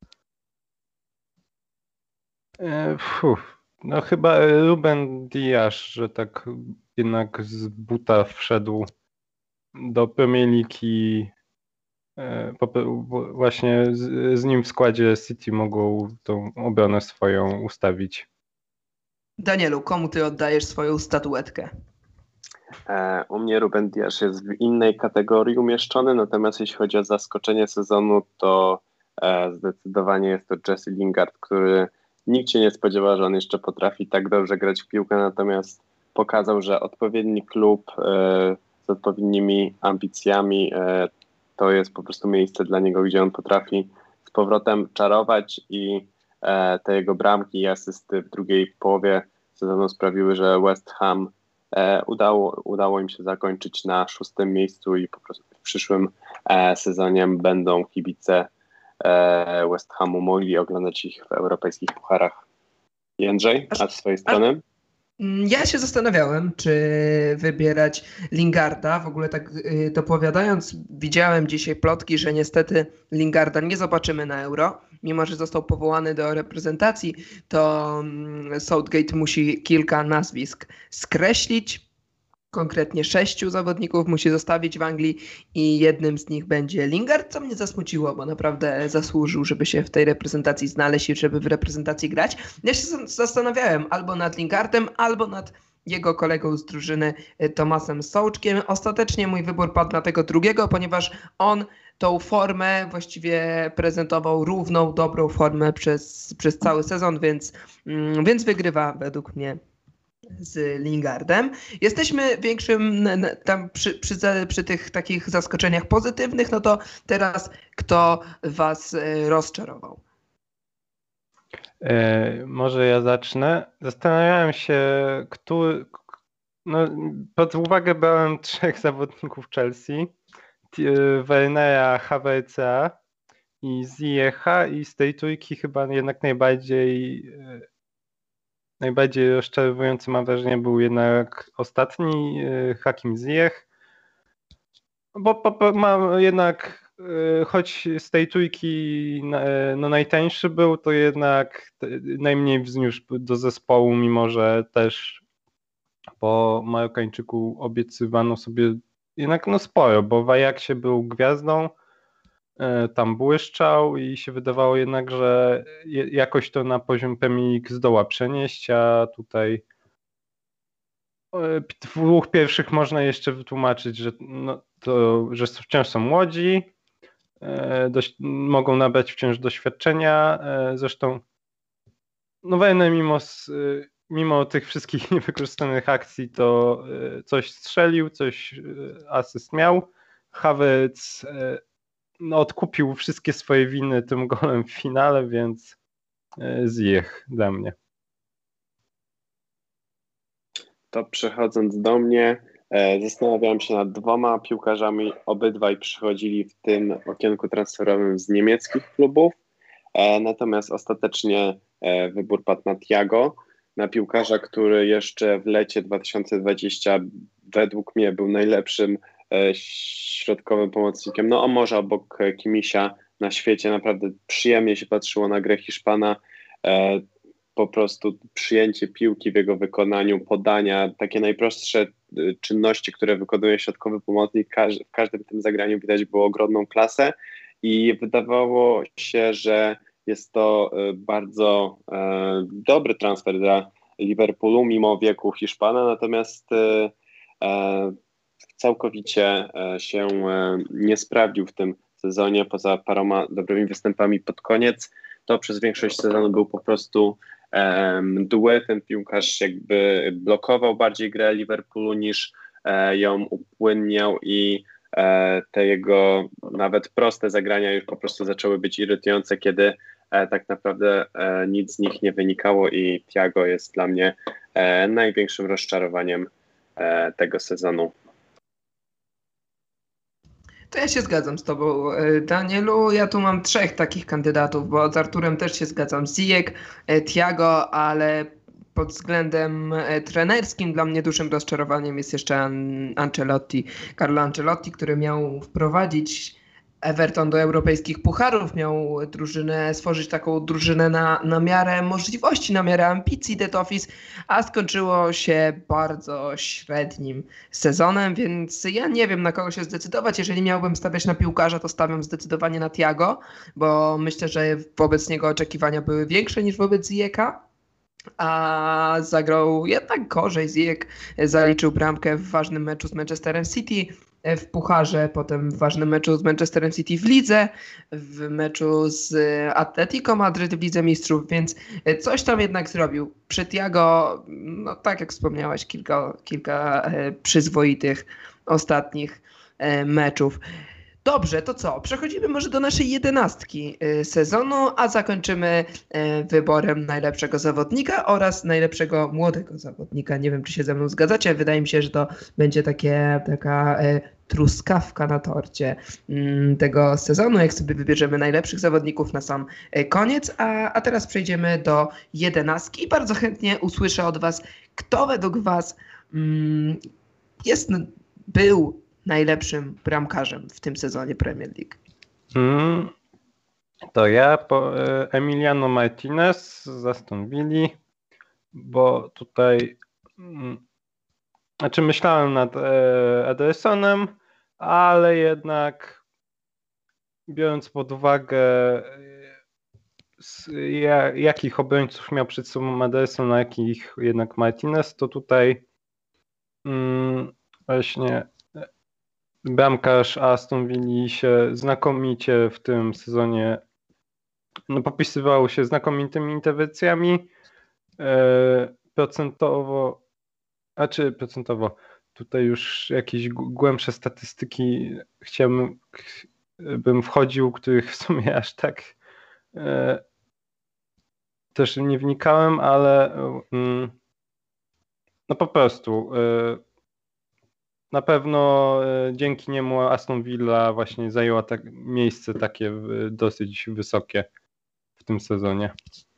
no chyba Ruben Dias, że tak jednak z buta wszedł do Premier League i właśnie z nim w składzie City mogą tą obronę swoją ustawić. Danielu, komu ty oddajesz swoją statuetkę? U mnie Ruben Dias jest w innej kategorii umieszczony, natomiast jeśli chodzi o zaskoczenie sezonu, to zdecydowanie jest to Jesse Lingard, który nikt się nie spodziewał, że on jeszcze potrafi tak dobrze grać w piłkę, natomiast pokazał, że odpowiedni klub z odpowiednimi ambicjami to jest po prostu miejsce dla niego, gdzie on potrafi z powrotem czarować i te jego bramki i asysty w drugiej połowie sezonu sprawiły, że West Ham udało im się zakończyć na 6. miejscu i po prostu w przyszłym sezonie będą kibice West Hamu mogli oglądać ich w europejskich pucharach Jędrzej, a z swojej strony? Ja się zastanawiałem, czy wybierać Lingarda. W ogóle tak dopowiadając, widziałem dzisiaj plotki, że niestety Lingarda nie zobaczymy na Euro. Mimo że został powołany do reprezentacji, to Southgate musi kilka nazwisk skreślić. Konkretnie 6 zawodników musi zostawić w Anglii i jednym z nich będzie Lingard, co mnie zasmuciło, bo naprawdę zasłużył, żeby się w tej reprezentacji znaleźć i żeby w reprezentacji grać. Ja się zastanawiałem albo nad Lingardem, albo nad jego kolegą z drużyny Tomasem Souczkiem. Ostatecznie mój wybór padł na tego drugiego, ponieważ on tą formę właściwie prezentował równą, dobrą formę przez cały sezon, więc wygrywa według mnie z Lingardem. Jesteśmy większym tam przy tych takich zaskoczeniach pozytywnych, no to teraz kto was rozczarował? Może ja zacznę. Zastanawiałem się, pod uwagę brałem 3 zawodników Chelsea, Wernera, Havertza i Ziyech, i z tej trójki chyba jednak najbardziej rozczarowujący, mam wrażenie, był jednak ostatni, Hakim Ziyech, bo mam jednak, choć z tej trójki najtańszy był, to jednak najmniej wzniósł do zespołu, mimo że też po Marokańczyku obiecywano sobie jednak sporo, bo w Ajaxie był gwiazdą, tam błyszczał i się wydawało jednak, że jakoś to na poziom Premier League zdoła przenieść, a tutaj 2 pierwszych można jeszcze wytłumaczyć, że wciąż są młodzi, mogą nabrać wciąż doświadczenia, zresztą Werner mimo tych wszystkich niewykorzystanych akcji to coś strzelił, coś asyst miał. Havertz odkupił wszystkie swoje winy tym golem w finale, więc Ziyech dla mnie. To przechodząc do mnie, zastanawiałem się nad 2 piłkarzami, obydwaj przychodzili w tym okienku transferowym z niemieckich klubów, natomiast ostatecznie wybór padł na Thiago, na piłkarza, który jeszcze w lecie 2020 według mnie był najlepszym środkowym pomocnikiem, może obok Kimisia na świecie. Naprawdę przyjemnie się patrzyło na grę Hiszpana, po prostu przyjęcie piłki w jego wykonaniu, podania, takie najprostsze czynności, które wykonuje środkowy pomocnik, w każdym tym zagraniu widać było ogromną klasę i wydawało się, że jest to bardzo dobry transfer dla Liverpoolu mimo wieku Hiszpana, natomiast całkowicie się nie sprawdził w tym sezonie, poza paroma dobrymi występami pod koniec. To przez większość sezonu był po prostu duetem. Piłkarz jakby blokował bardziej grę Liverpoolu niż ją upłynniał i te jego nawet proste zagrania już po prostu zaczęły być irytujące, kiedy tak naprawdę nic z nich nie wynikało i Thiago jest dla mnie największym rozczarowaniem tego sezonu. To ja się zgadzam z tobą, Danielu. Ja tu mam 3 takich kandydatów, bo z Arturem też się zgadzam. Ziyech, Thiago, ale pod względem trenerskim dla mnie dużym rozczarowaniem jest jeszcze Carlo Ancelotti, który miał wprowadzić Everton do europejskich pucharów, miał stworzyć taką drużynę na miarę możliwości, na miarę ambicji Dead Office, a skończyło się bardzo średnim sezonem, więc ja nie wiem, na kogo się zdecydować. Jeżeli miałbym stawiać na piłkarza, to stawiam zdecydowanie na Thiago, bo myślę, że wobec niego oczekiwania były większe niż wobec Ziyecha, a zagrał jednak gorzej. Ziyech zaliczył bramkę w ważnym meczu z Manchesterem City w pucharze, potem w ważnym meczu z Manchesterem City w lidze, w meczu z Atletico Madryt w Lidze Mistrzów, więc coś tam jednak zrobił. Przy Thiago, tak jak wspomniałaś, kilka przyzwoitych ostatnich meczów. Dobrze, to co? Przechodzimy może do naszej 11 sezonu, a zakończymy wyborem najlepszego zawodnika oraz najlepszego młodego zawodnika. Nie wiem, czy się ze mną zgadzacie. Wydaje mi się, że to będzie taka truskawka na torcie tego sezonu, jak sobie wybierzemy najlepszych zawodników na sam koniec. A teraz przejdziemy do 11 i bardzo chętnie usłyszę od was, kto według was był najlepszym bramkarzem w tym sezonie Premier League. To ja po Emiliano Martinez z Aston Villa, bo tutaj myślałem nad Edersonem, ale jednak biorąc pod uwagę jakich obrońców miał przed sobą Ederson, a jakich jednak Martinez, to tutaj właśnie bramkarz Aston Villa się znakomicie w tym sezonie popisywał się znakomitymi interwencjami. Procentowo, tutaj już jakieś głębsze statystyki bym wchodził, których w sumie aż tak też nie wnikałem, ale po prostu na pewno dzięki niemu Aston Villa właśnie zajęła miejsce takie dosyć wysokie w tym sezonie.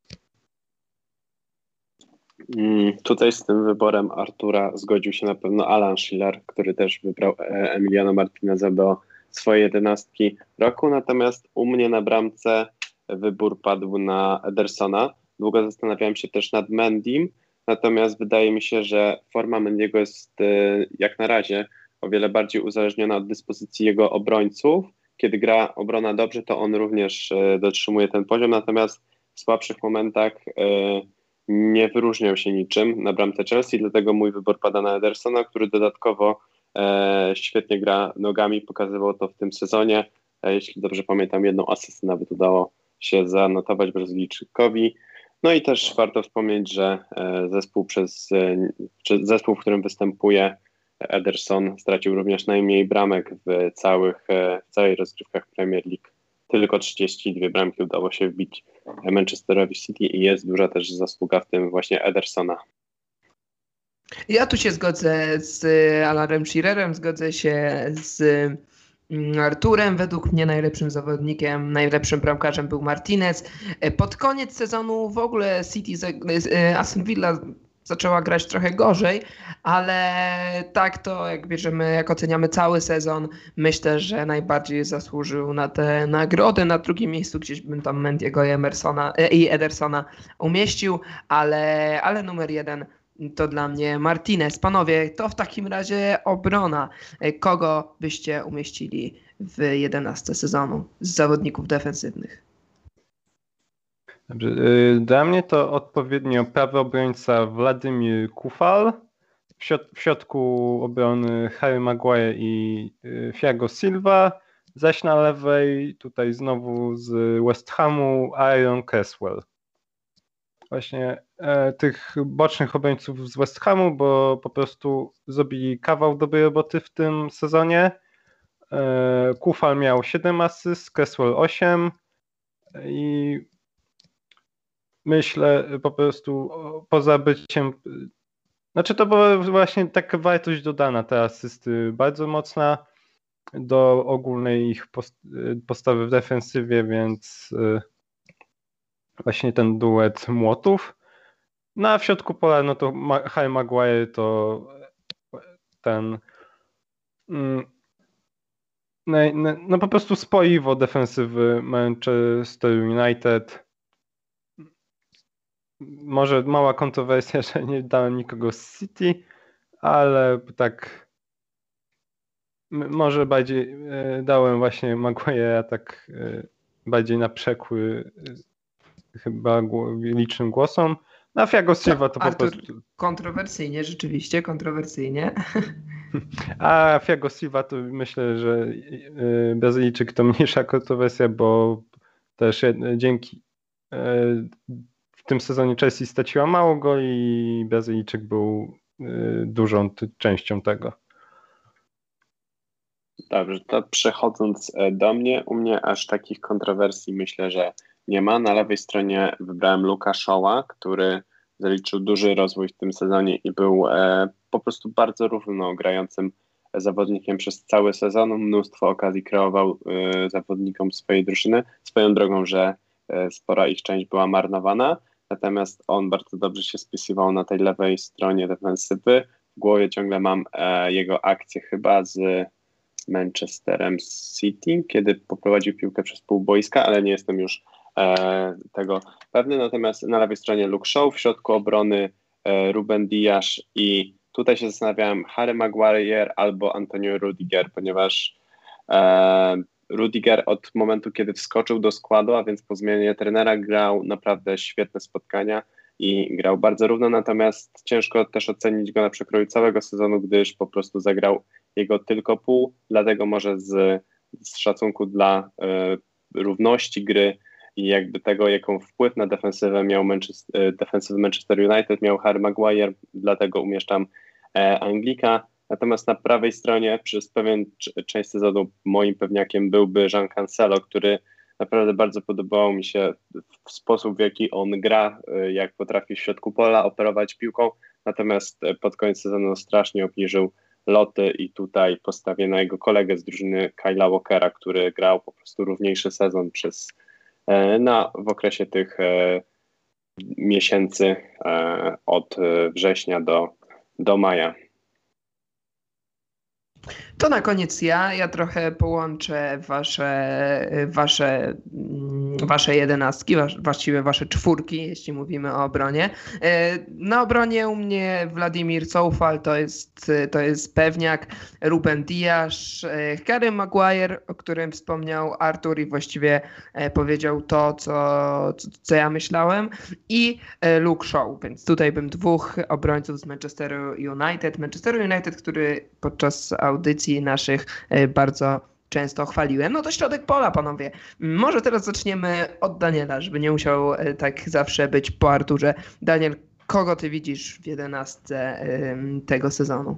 Tutaj z tym wyborem Artura zgodził się na pewno Alan Shearer, który też wybrał Emiliano Martineza do swojej 11 roku, natomiast u mnie na bramce wybór padł na Edersona. Długo zastanawiałem się też nad Mendym, natomiast wydaje mi się, że forma Mendiego jest jak na razie o wiele bardziej uzależniona od dyspozycji jego obrońców. Kiedy gra obrona dobrze, to on również dotrzymuje ten poziom, natomiast w słabszych momentach nie wyróżniał się niczym na bramce Chelsea, dlatego mój wybór pada na Edersona, który dodatkowo świetnie gra nogami, pokazywał to w tym sezonie. Jeśli dobrze pamiętam, jedną asystę nawet udało się zanotować Brazylijczykowi. No i też warto wspomnieć, że zespół, w którym występuje Ederson, stracił również najmniej bramek w całej rozgrywkach Premier League. Tylko 32 bramki udało się wbić Manchesterowi City i jest duża też zasługa w tym właśnie Edersona. Ja tu się zgodzę z Alanem Shearerem, zgodzę się z Arturem. Według mnie najlepszym zawodnikiem, najlepszym bramkarzem był Martinez. Pod koniec sezonu w ogóle Aston Villa zaczęła grać trochę gorzej, ale tak to jak oceniamy cały sezon, myślę, że najbardziej zasłużył na tę nagrodę. Na drugim miejscu gdzieś bym tam Mendiego i Edersona umieścił, ale numer 1 to dla mnie Martinez. Panowie, to w takim razie obrona. Kogo byście umieścili w 11 sezonu z zawodników defensywnych? Dobrze. Dla mnie to odpowiednio prawy obrońca Władimir Coufal, w środku obrony Harry Maguire i Thiago Silva, zaś na lewej tutaj znowu z West Hamu Aaron Cresswell. Właśnie tych bocznych obrońców z West Hamu, bo po prostu zrobili kawał dobrej roboty w tym sezonie. Coufal miał 7 asyst, Cresswell 8 i myślę po prostu poza byciem, to była właśnie taka wartość dodana, te asysty bardzo mocna do ogólnej ich postawy w defensywie, więc właśnie ten duet młotów. No a w środku pola, to Harry Maguire to ten po prostu spoiwo defensywy Manchester United. Może mała kontrowersja, że nie dałem nikogo z City, ale tak może bardziej dałem właśnie Maguire'a tak bardziej na przekór chyba licznym głosom. Na Thiago Silva to Artur, po prostu... Kontrowersyjnie, rzeczywiście, kontrowersyjnie. A Thiago Silva to myślę, że Brazylijczyk to mniejsza kontrowersja, bo też dzięki w tym sezonie Chelsea straciła mało goli i Brazylijczyk był dużą częścią tego. Dobrze, to przechodząc do mnie, u mnie aż takich kontrowersji myślę, że nie ma. Na lewej stronie wybrałem Luka Shaw'a, który zaliczył duży rozwój w tym sezonie i był po prostu bardzo równo grającym zawodnikiem przez cały sezon. Mnóstwo okazji kreował zawodnikom swojej drużyny. Swoją drogą, że spora ich część była marnowana, natomiast on bardzo dobrze się spisywał na tej lewej stronie defensywy. W głowie ciągle mam jego akcję chyba z Manchesterem City, kiedy poprowadził piłkę przez pół boiska, ale nie jestem już tego pewny. Natomiast na lewej stronie Luke Shaw, w środku obrony Ruben Dias i tutaj się zastanawiałem Harry Maguire albo Antonio Rudiger, ponieważ Rudiger od momentu, kiedy wskoczył do składu, a więc po zmianie trenera, grał naprawdę świetne spotkania i grał bardzo równo, natomiast ciężko też ocenić go na przekroju całego sezonu, gdyż po prostu zagrał jego tylko pół, dlatego może z szacunku dla równości gry i jakby tego, jaką wpływ na defensywę miał defensywy Manchester United, miał Harry Maguire, dlatego umieszczam Anglika. Natomiast na prawej stronie przez pewien część sezonu moim pewniakiem byłby Jean Cancelo, który naprawdę bardzo podobało mi się w sposób, w jaki on gra, jak potrafi w środku pola operować piłką, natomiast pod koniec sezonu strasznie obniżył loty i tutaj postawię na jego kolegę z drużyny Kyla Walkera, który grał po prostu równiejszy sezon w okresie tych miesięcy od września do maja. To na koniec ja trochę połączę wasze jedenastki, właściwie wasze czwórki, jeśli mówimy o obronie. Na obronie u mnie Wladimir Coufal to jest pewniak, Ruben Dias, Harry Maguire, o którym wspomniał Artur i właściwie powiedział to, co ja myślałem, i Luke Shaw, więc tutaj bym dwóch obrońców z Manchesteru United, który podczas audycji naszych bardzo często chwaliłem. No to środek pola, panowie. Może teraz zaczniemy od Daniela, żeby nie musiał tak zawsze być po Arturze. Daniel, kogo ty widzisz w 11 tego sezonu?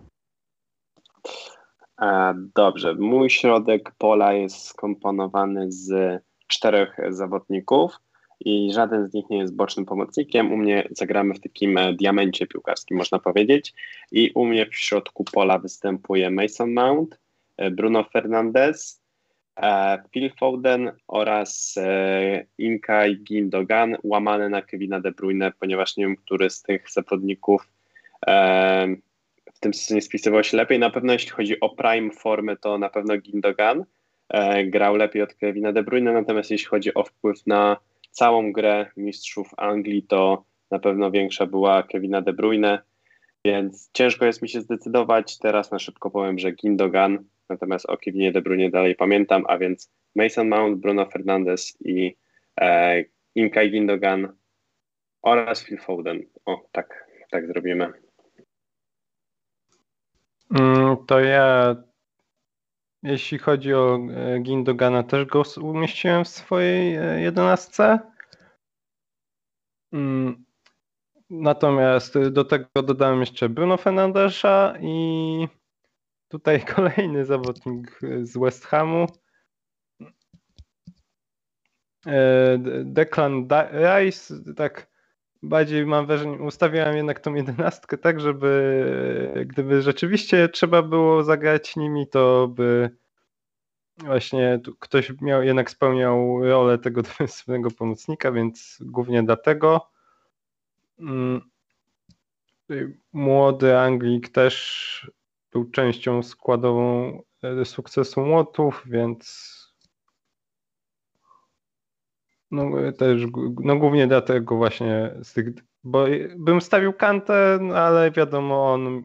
Dobrze. Mój środek pola jest skomponowany z 4 zawodników i żaden z nich nie jest bocznym pomocnikiem. U mnie zagramy w takim diamencie piłkarskim, można powiedzieć. I u mnie w środku pola występuje Mason Mount, Bruno Fernandes, Phil Foden oraz Ilkay Gündoğan, łamany na Kevina De Bruyne, ponieważ nie wiem, który z tych zawodników w tym sezonie spisywał się lepiej. Na pewno jeśli chodzi o prime formy, to na pewno Gündoğan grał lepiej od Kevina De Bruyne, natomiast jeśli chodzi o wpływ na całą grę mistrzów Anglii, to na pewno większa była Kevina De Bruyne, więc ciężko jest mi się zdecydować. Teraz na szybko powiem, że Gündoğan, natomiast o Kevinie De Bruyne dalej pamiętam, a więc Mason Mount, Bruno Fernandes i Ilkay Gündoğan oraz Phil Foden. O, tak zrobimy. To ja, jeśli chodzi o Gündoğana, też go umieściłem w swojej 11. Natomiast do tego dodałem jeszcze Bruno Fernandesza i tutaj kolejny zawodnik z West Hamu, Declan Rice. Tak bardziej mam wrażenie, ustawiałem jednak tą 11 tak, żeby gdyby rzeczywiście trzeba było zagrać nimi, to by właśnie ktoś jednak spełniał rolę tego defensywnego pomocnika, więc głównie dlatego. Młody Anglik też był częścią składową sukcesu Łotów, więc też głównie dlatego właśnie bo bym stawił Kantę, ale wiadomo, on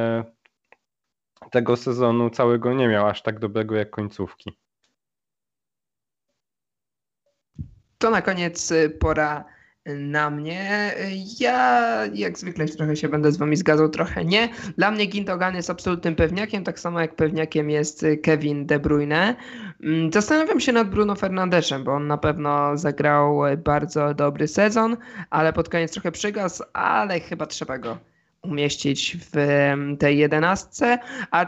tego sezonu całego nie miał aż tak dobrego jak końcówki. To na koniec pora na mnie. Ja jak zwykle trochę się będę z wami zgadzał, trochę nie. Dla mnie Gündoğan jest absolutnym pewniakiem, tak samo jak pewniakiem jest Kevin De Bruyne. Zastanawiam się nad Bruno Fernandeszem, bo on na pewno zagrał bardzo dobry sezon, ale pod koniec trochę przygasł, ale chyba trzeba go umieścić w tej 11, a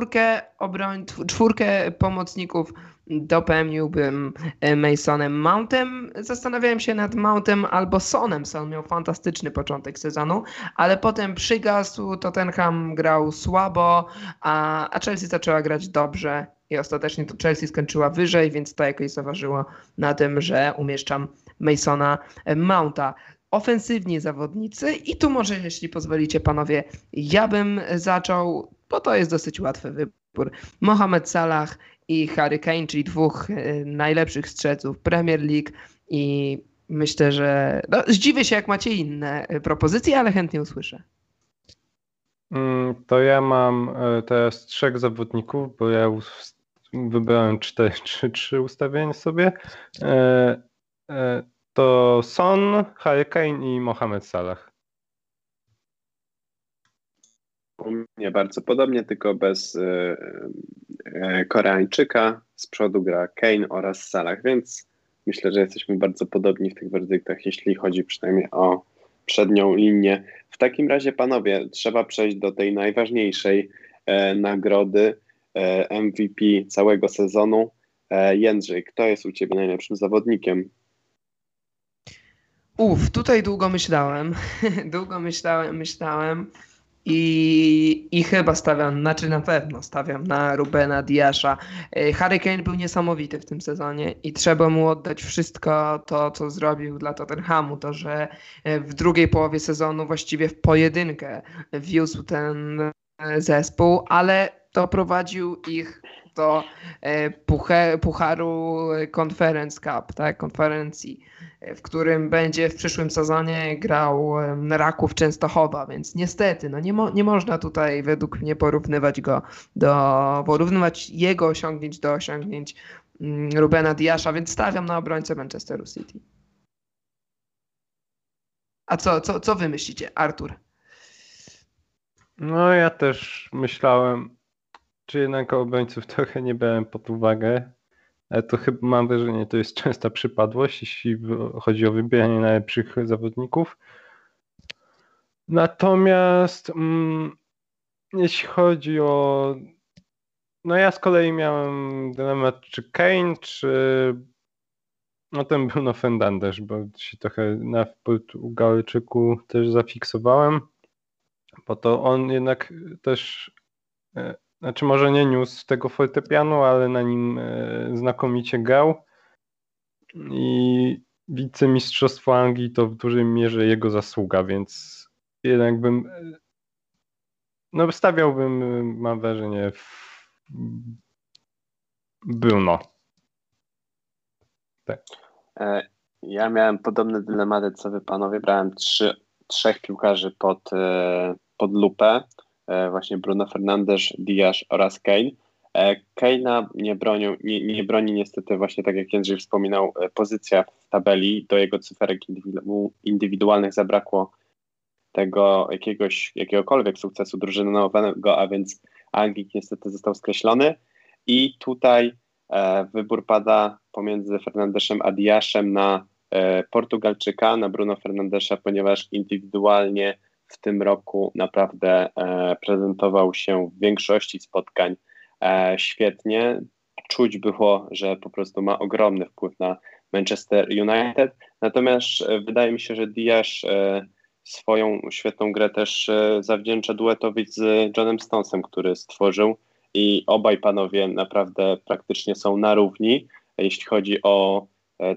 czwórkę pomocników dopełniłbym Masonem Mountem. Zastanawiałem się nad Mountem albo Sonem. Son miał fantastyczny początek sezonu, ale potem przygasł, Tottenham grał słabo, a Chelsea zaczęła grać dobrze i ostatecznie to Chelsea skończyła wyżej, więc to jakoś zaważyło na tym, że umieszczam Masona Mounta. Ofensywni zawodnicy i tu może, jeśli pozwolicie panowie, ja bym zaczął, bo to jest dosyć łatwy wybór. Mohamed Salah i Harry Kane, czyli dwóch najlepszych strzelców Premier League i myślę, że zdziwię się, jak macie inne propozycje, ale chętnie usłyszę. To ja mam teraz 3 zawodników, bo ja wybrałem 4-3-3 ustawienie sobie. To Son, Harry Kane i Mohamed Salah. U mnie bardzo podobnie, tylko bez Koreańczyka. Z przodu gra Kane oraz Salah, więc myślę, że jesteśmy bardzo podobni w tych werdyktach, jeśli chodzi przynajmniej o przednią linię. W takim razie, panowie, trzeba przejść do tej najważniejszej nagrody MVP całego sezonu. Jędrzej, kto jest u ciebie najlepszym zawodnikiem? Tutaj długo myślałem. Myślałem i chyba na pewno stawiam na Rubena Diasza. Harry Kane był niesamowity w tym sezonie i trzeba mu oddać wszystko to, co zrobił dla Tottenhamu. To, że w drugiej połowie sezonu właściwie w pojedynkę wiózł ten zespół, ale doprowadził ich do Pucharu Conference Cup, tak, konferencji, w którym będzie w przyszłym sezonie grał Raków Częstochowa, więc niestety nie można tutaj według mnie porównywać jego osiągnięć do osiągnięć Rubena Diasza, więc stawiam na obrońcę Manchesteru City. A co wy myślicie, Artur? No ja też myślałem, czy jednak obrońców trochę nie brałem pod uwagę, ale to chyba mam wrażenie, to jest częsta przypadłość, jeśli chodzi o wybieranie najlepszych zawodników. Natomiast jeśli chodzi o... No ja z kolei miałem dylemat, czy Kane, czy ten Bruno Fernandes, bo się trochę na Portugalczyku też zafiksowałem, bo to on jednak też... Znaczy może nie niósł tego fortepianu, ale na nim znakomicie grał i wicemistrzostwo Anglii to w dużej mierze jego zasługa, więc jednak stawiałbym, mam wrażenie, w Bruno. Tak. Ja miałem podobne dylematy co wy panowie, brałem trzech piłkarzy pod lupę. Właśnie Bruno Fernandes, Dias oraz Kane. Kane'a nie broni niestety właśnie tak jak Jędrzej wspominał pozycja w tabeli, do jego cyferek indywidualnych zabrakło tego jakiegokolwiek sukcesu drużynowego, a więc Anglik niestety został skreślony i tutaj wybór pada pomiędzy Fernandeszem a Diaszem na Portugalczyka, na Bruno Fernandesza, ponieważ indywidualnie w tym roku naprawdę prezentował się w większości spotkań świetnie. Czuć było, że po prostu ma ogromny wpływ na Manchester United. Natomiast wydaje mi się, że Dias swoją świetną grę też zawdzięcza duetowi z Johnem Stonesem, który stworzył i obaj panowie naprawdę praktycznie są na równi, jeśli chodzi o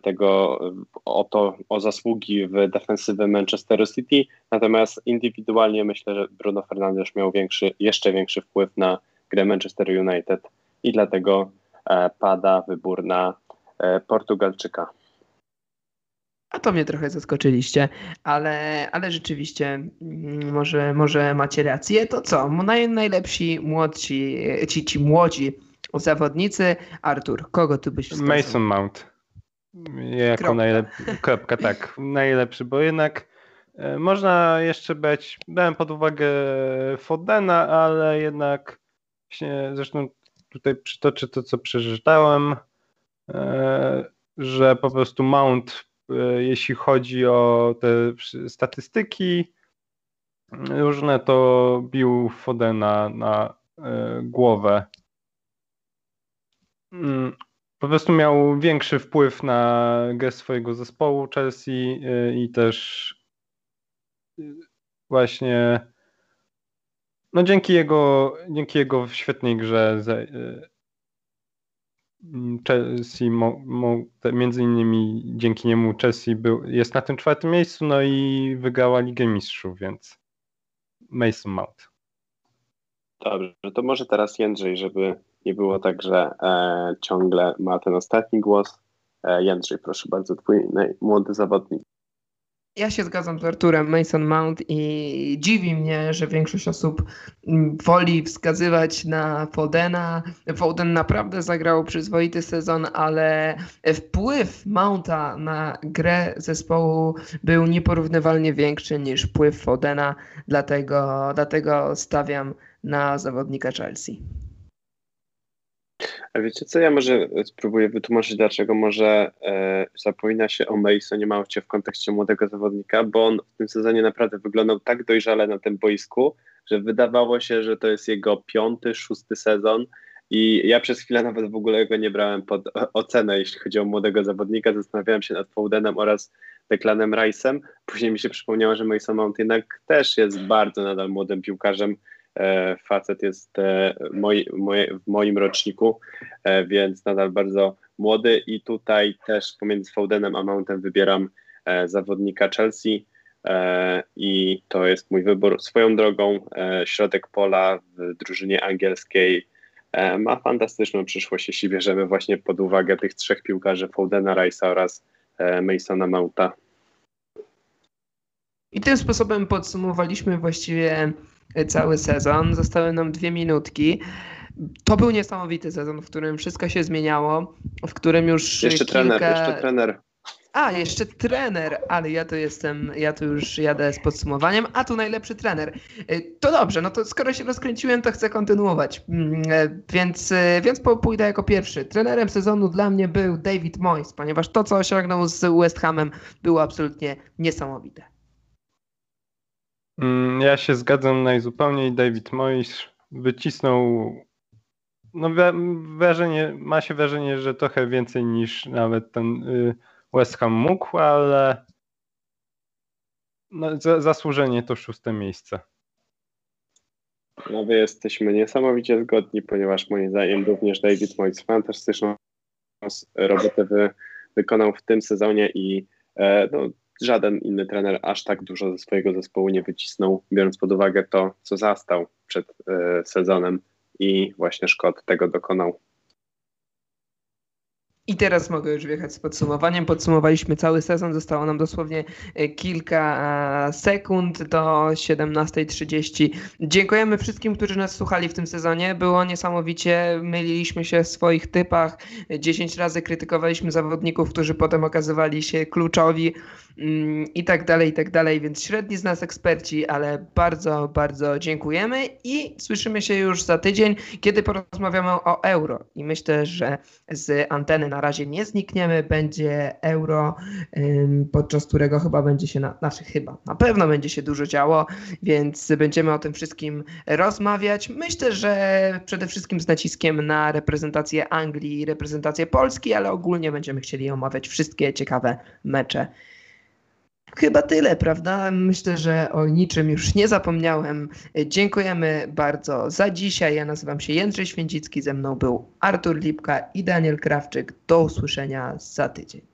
zasługi w defensywy Manchesteru City, natomiast indywidualnie myślę, że Bruno Fernandes miał jeszcze większy wpływ na grę Manchester United i dlatego pada wybór na Portugalczyka. A to mnie trochę zaskoczyliście, ale rzeczywiście może macie rację. To co? Najlepsi ci młodzi zawodnicy. Artur, kogo tu byś wskazał? Mason Mount. Jako najlepszy, tak, najlepszy, bo jednak można jeszcze brałem pod uwagę Fodena, ale jednak zresztą tutaj przytoczę to, co przeczytałem, że po prostu Mount, jeśli chodzi o te statystyki, Różne to bił Fodena na głowę. Po prostu miał większy wpływ na grę swojego zespołu Chelsea i też właśnie no dzięki jego świetnej grze Chelsea, między innymi dzięki niemu Chelsea jest na tym 4. miejscu, no i wygrała Ligę Mistrzów, więc Mason Mount. Dobrze, to może teraz Jędrzej, żeby nie było tak, że ciągle ma ten ostatni głos. Jędrzej, proszę bardzo, twój młody zawodnik. Ja się zgadzam z Arturem, Mason Mount, i dziwi mnie, że większość osób woli wskazywać na Fodena. Foden naprawdę zagrał przyzwoity sezon, ale wpływ Mounta na grę zespołu był nieporównywalnie większy niż wpływ Fodena, dlatego stawiam na zawodnika Chelsea. A wiecie co, ja może spróbuję wytłumaczyć, dlaczego może zapomina się o Masonie Mouncie w kontekście młodego zawodnika, bo on w tym sezonie naprawdę wyglądał tak dojrzale na tym boisku, że wydawało się, że to jest jego 5., 6. sezon i ja przez chwilę nawet w ogóle go nie brałem pod ocenę, jeśli chodzi o młodego zawodnika. Zastanawiałem się nad Fodenem oraz Declanem Rice'em. Później mi się przypomniało, że Mason Mount jednak też jest bardzo nadal młodym piłkarzem. Facet jest w moim roczniku, więc nadal bardzo młody i tutaj też pomiędzy Fodenem a Mountem wybieram zawodnika Chelsea i to jest mój wybór. Swoją drogą środek pola w drużynie angielskiej ma fantastyczną przyszłość, jeśli bierzemy właśnie pod uwagę tych 3 piłkarzy, Fodena, Rice'a oraz Masona Mounta. I tym sposobem podsumowaliśmy właściwie cały sezon. Zostały nam 2 minutki. To był niesamowity sezon, w którym wszystko się zmieniało, w którym już jeszcze trener. Jeszcze trener, ale ja tu już jadę z podsumowaniem, a tu najlepszy trener. To dobrze, no to skoro się rozkręciłem, to chcę kontynuować, więc pójdę jako pierwszy. Trenerem sezonu dla mnie był David Moyes, ponieważ to, co osiągnął z West Hamem, było absolutnie niesamowite. Ja się zgadzam najzupełniej. David Moyes wycisnął, no ma się wrażenie, że trochę więcej niż nawet ten West Ham mógł, ale no, zasłużenie to 6. miejsce. No wy jesteśmy niesamowicie zgodni, ponieważ moim zdaniem również David Moyes fantastyczną robotę wykonał w tym sezonie i żaden inny trener aż tak dużo ze swojego zespołu nie wycisnął, biorąc pod uwagę to, co zastał przed sezonem i właśnie Szkot tego dokonał. I teraz mogę już wjechać z podsumowaniem. Podsumowaliśmy cały sezon, zostało nam dosłownie kilka sekund do 17:30. Dziękujemy wszystkim, którzy nas słuchali w tym sezonie. Było niesamowicie, myliliśmy się w swoich typach. 10 razy krytykowaliśmy zawodników, którzy potem okazywali się kluczowi i tak dalej, więc średni z nas eksperci, ale bardzo, bardzo dziękujemy i słyszymy się już za tydzień, kiedy porozmawiamy o Euro i myślę, że z anteny na razie nie znikniemy, będzie Euro, podczas którego chyba będzie się na pewno będzie się dużo działo, więc będziemy o tym wszystkim rozmawiać. Myślę, że przede wszystkim z naciskiem na reprezentację Anglii i reprezentację Polski, ale ogólnie będziemy chcieli omawiać wszystkie ciekawe mecze. Chyba tyle, prawda? Myślę, że o niczym już nie zapomniałem. Dziękujemy bardzo za dzisiaj. Ja nazywam się Jędrzej Święcicki, ze mną był Artur Lipka i Daniel Krawczyk. Do usłyszenia za tydzień.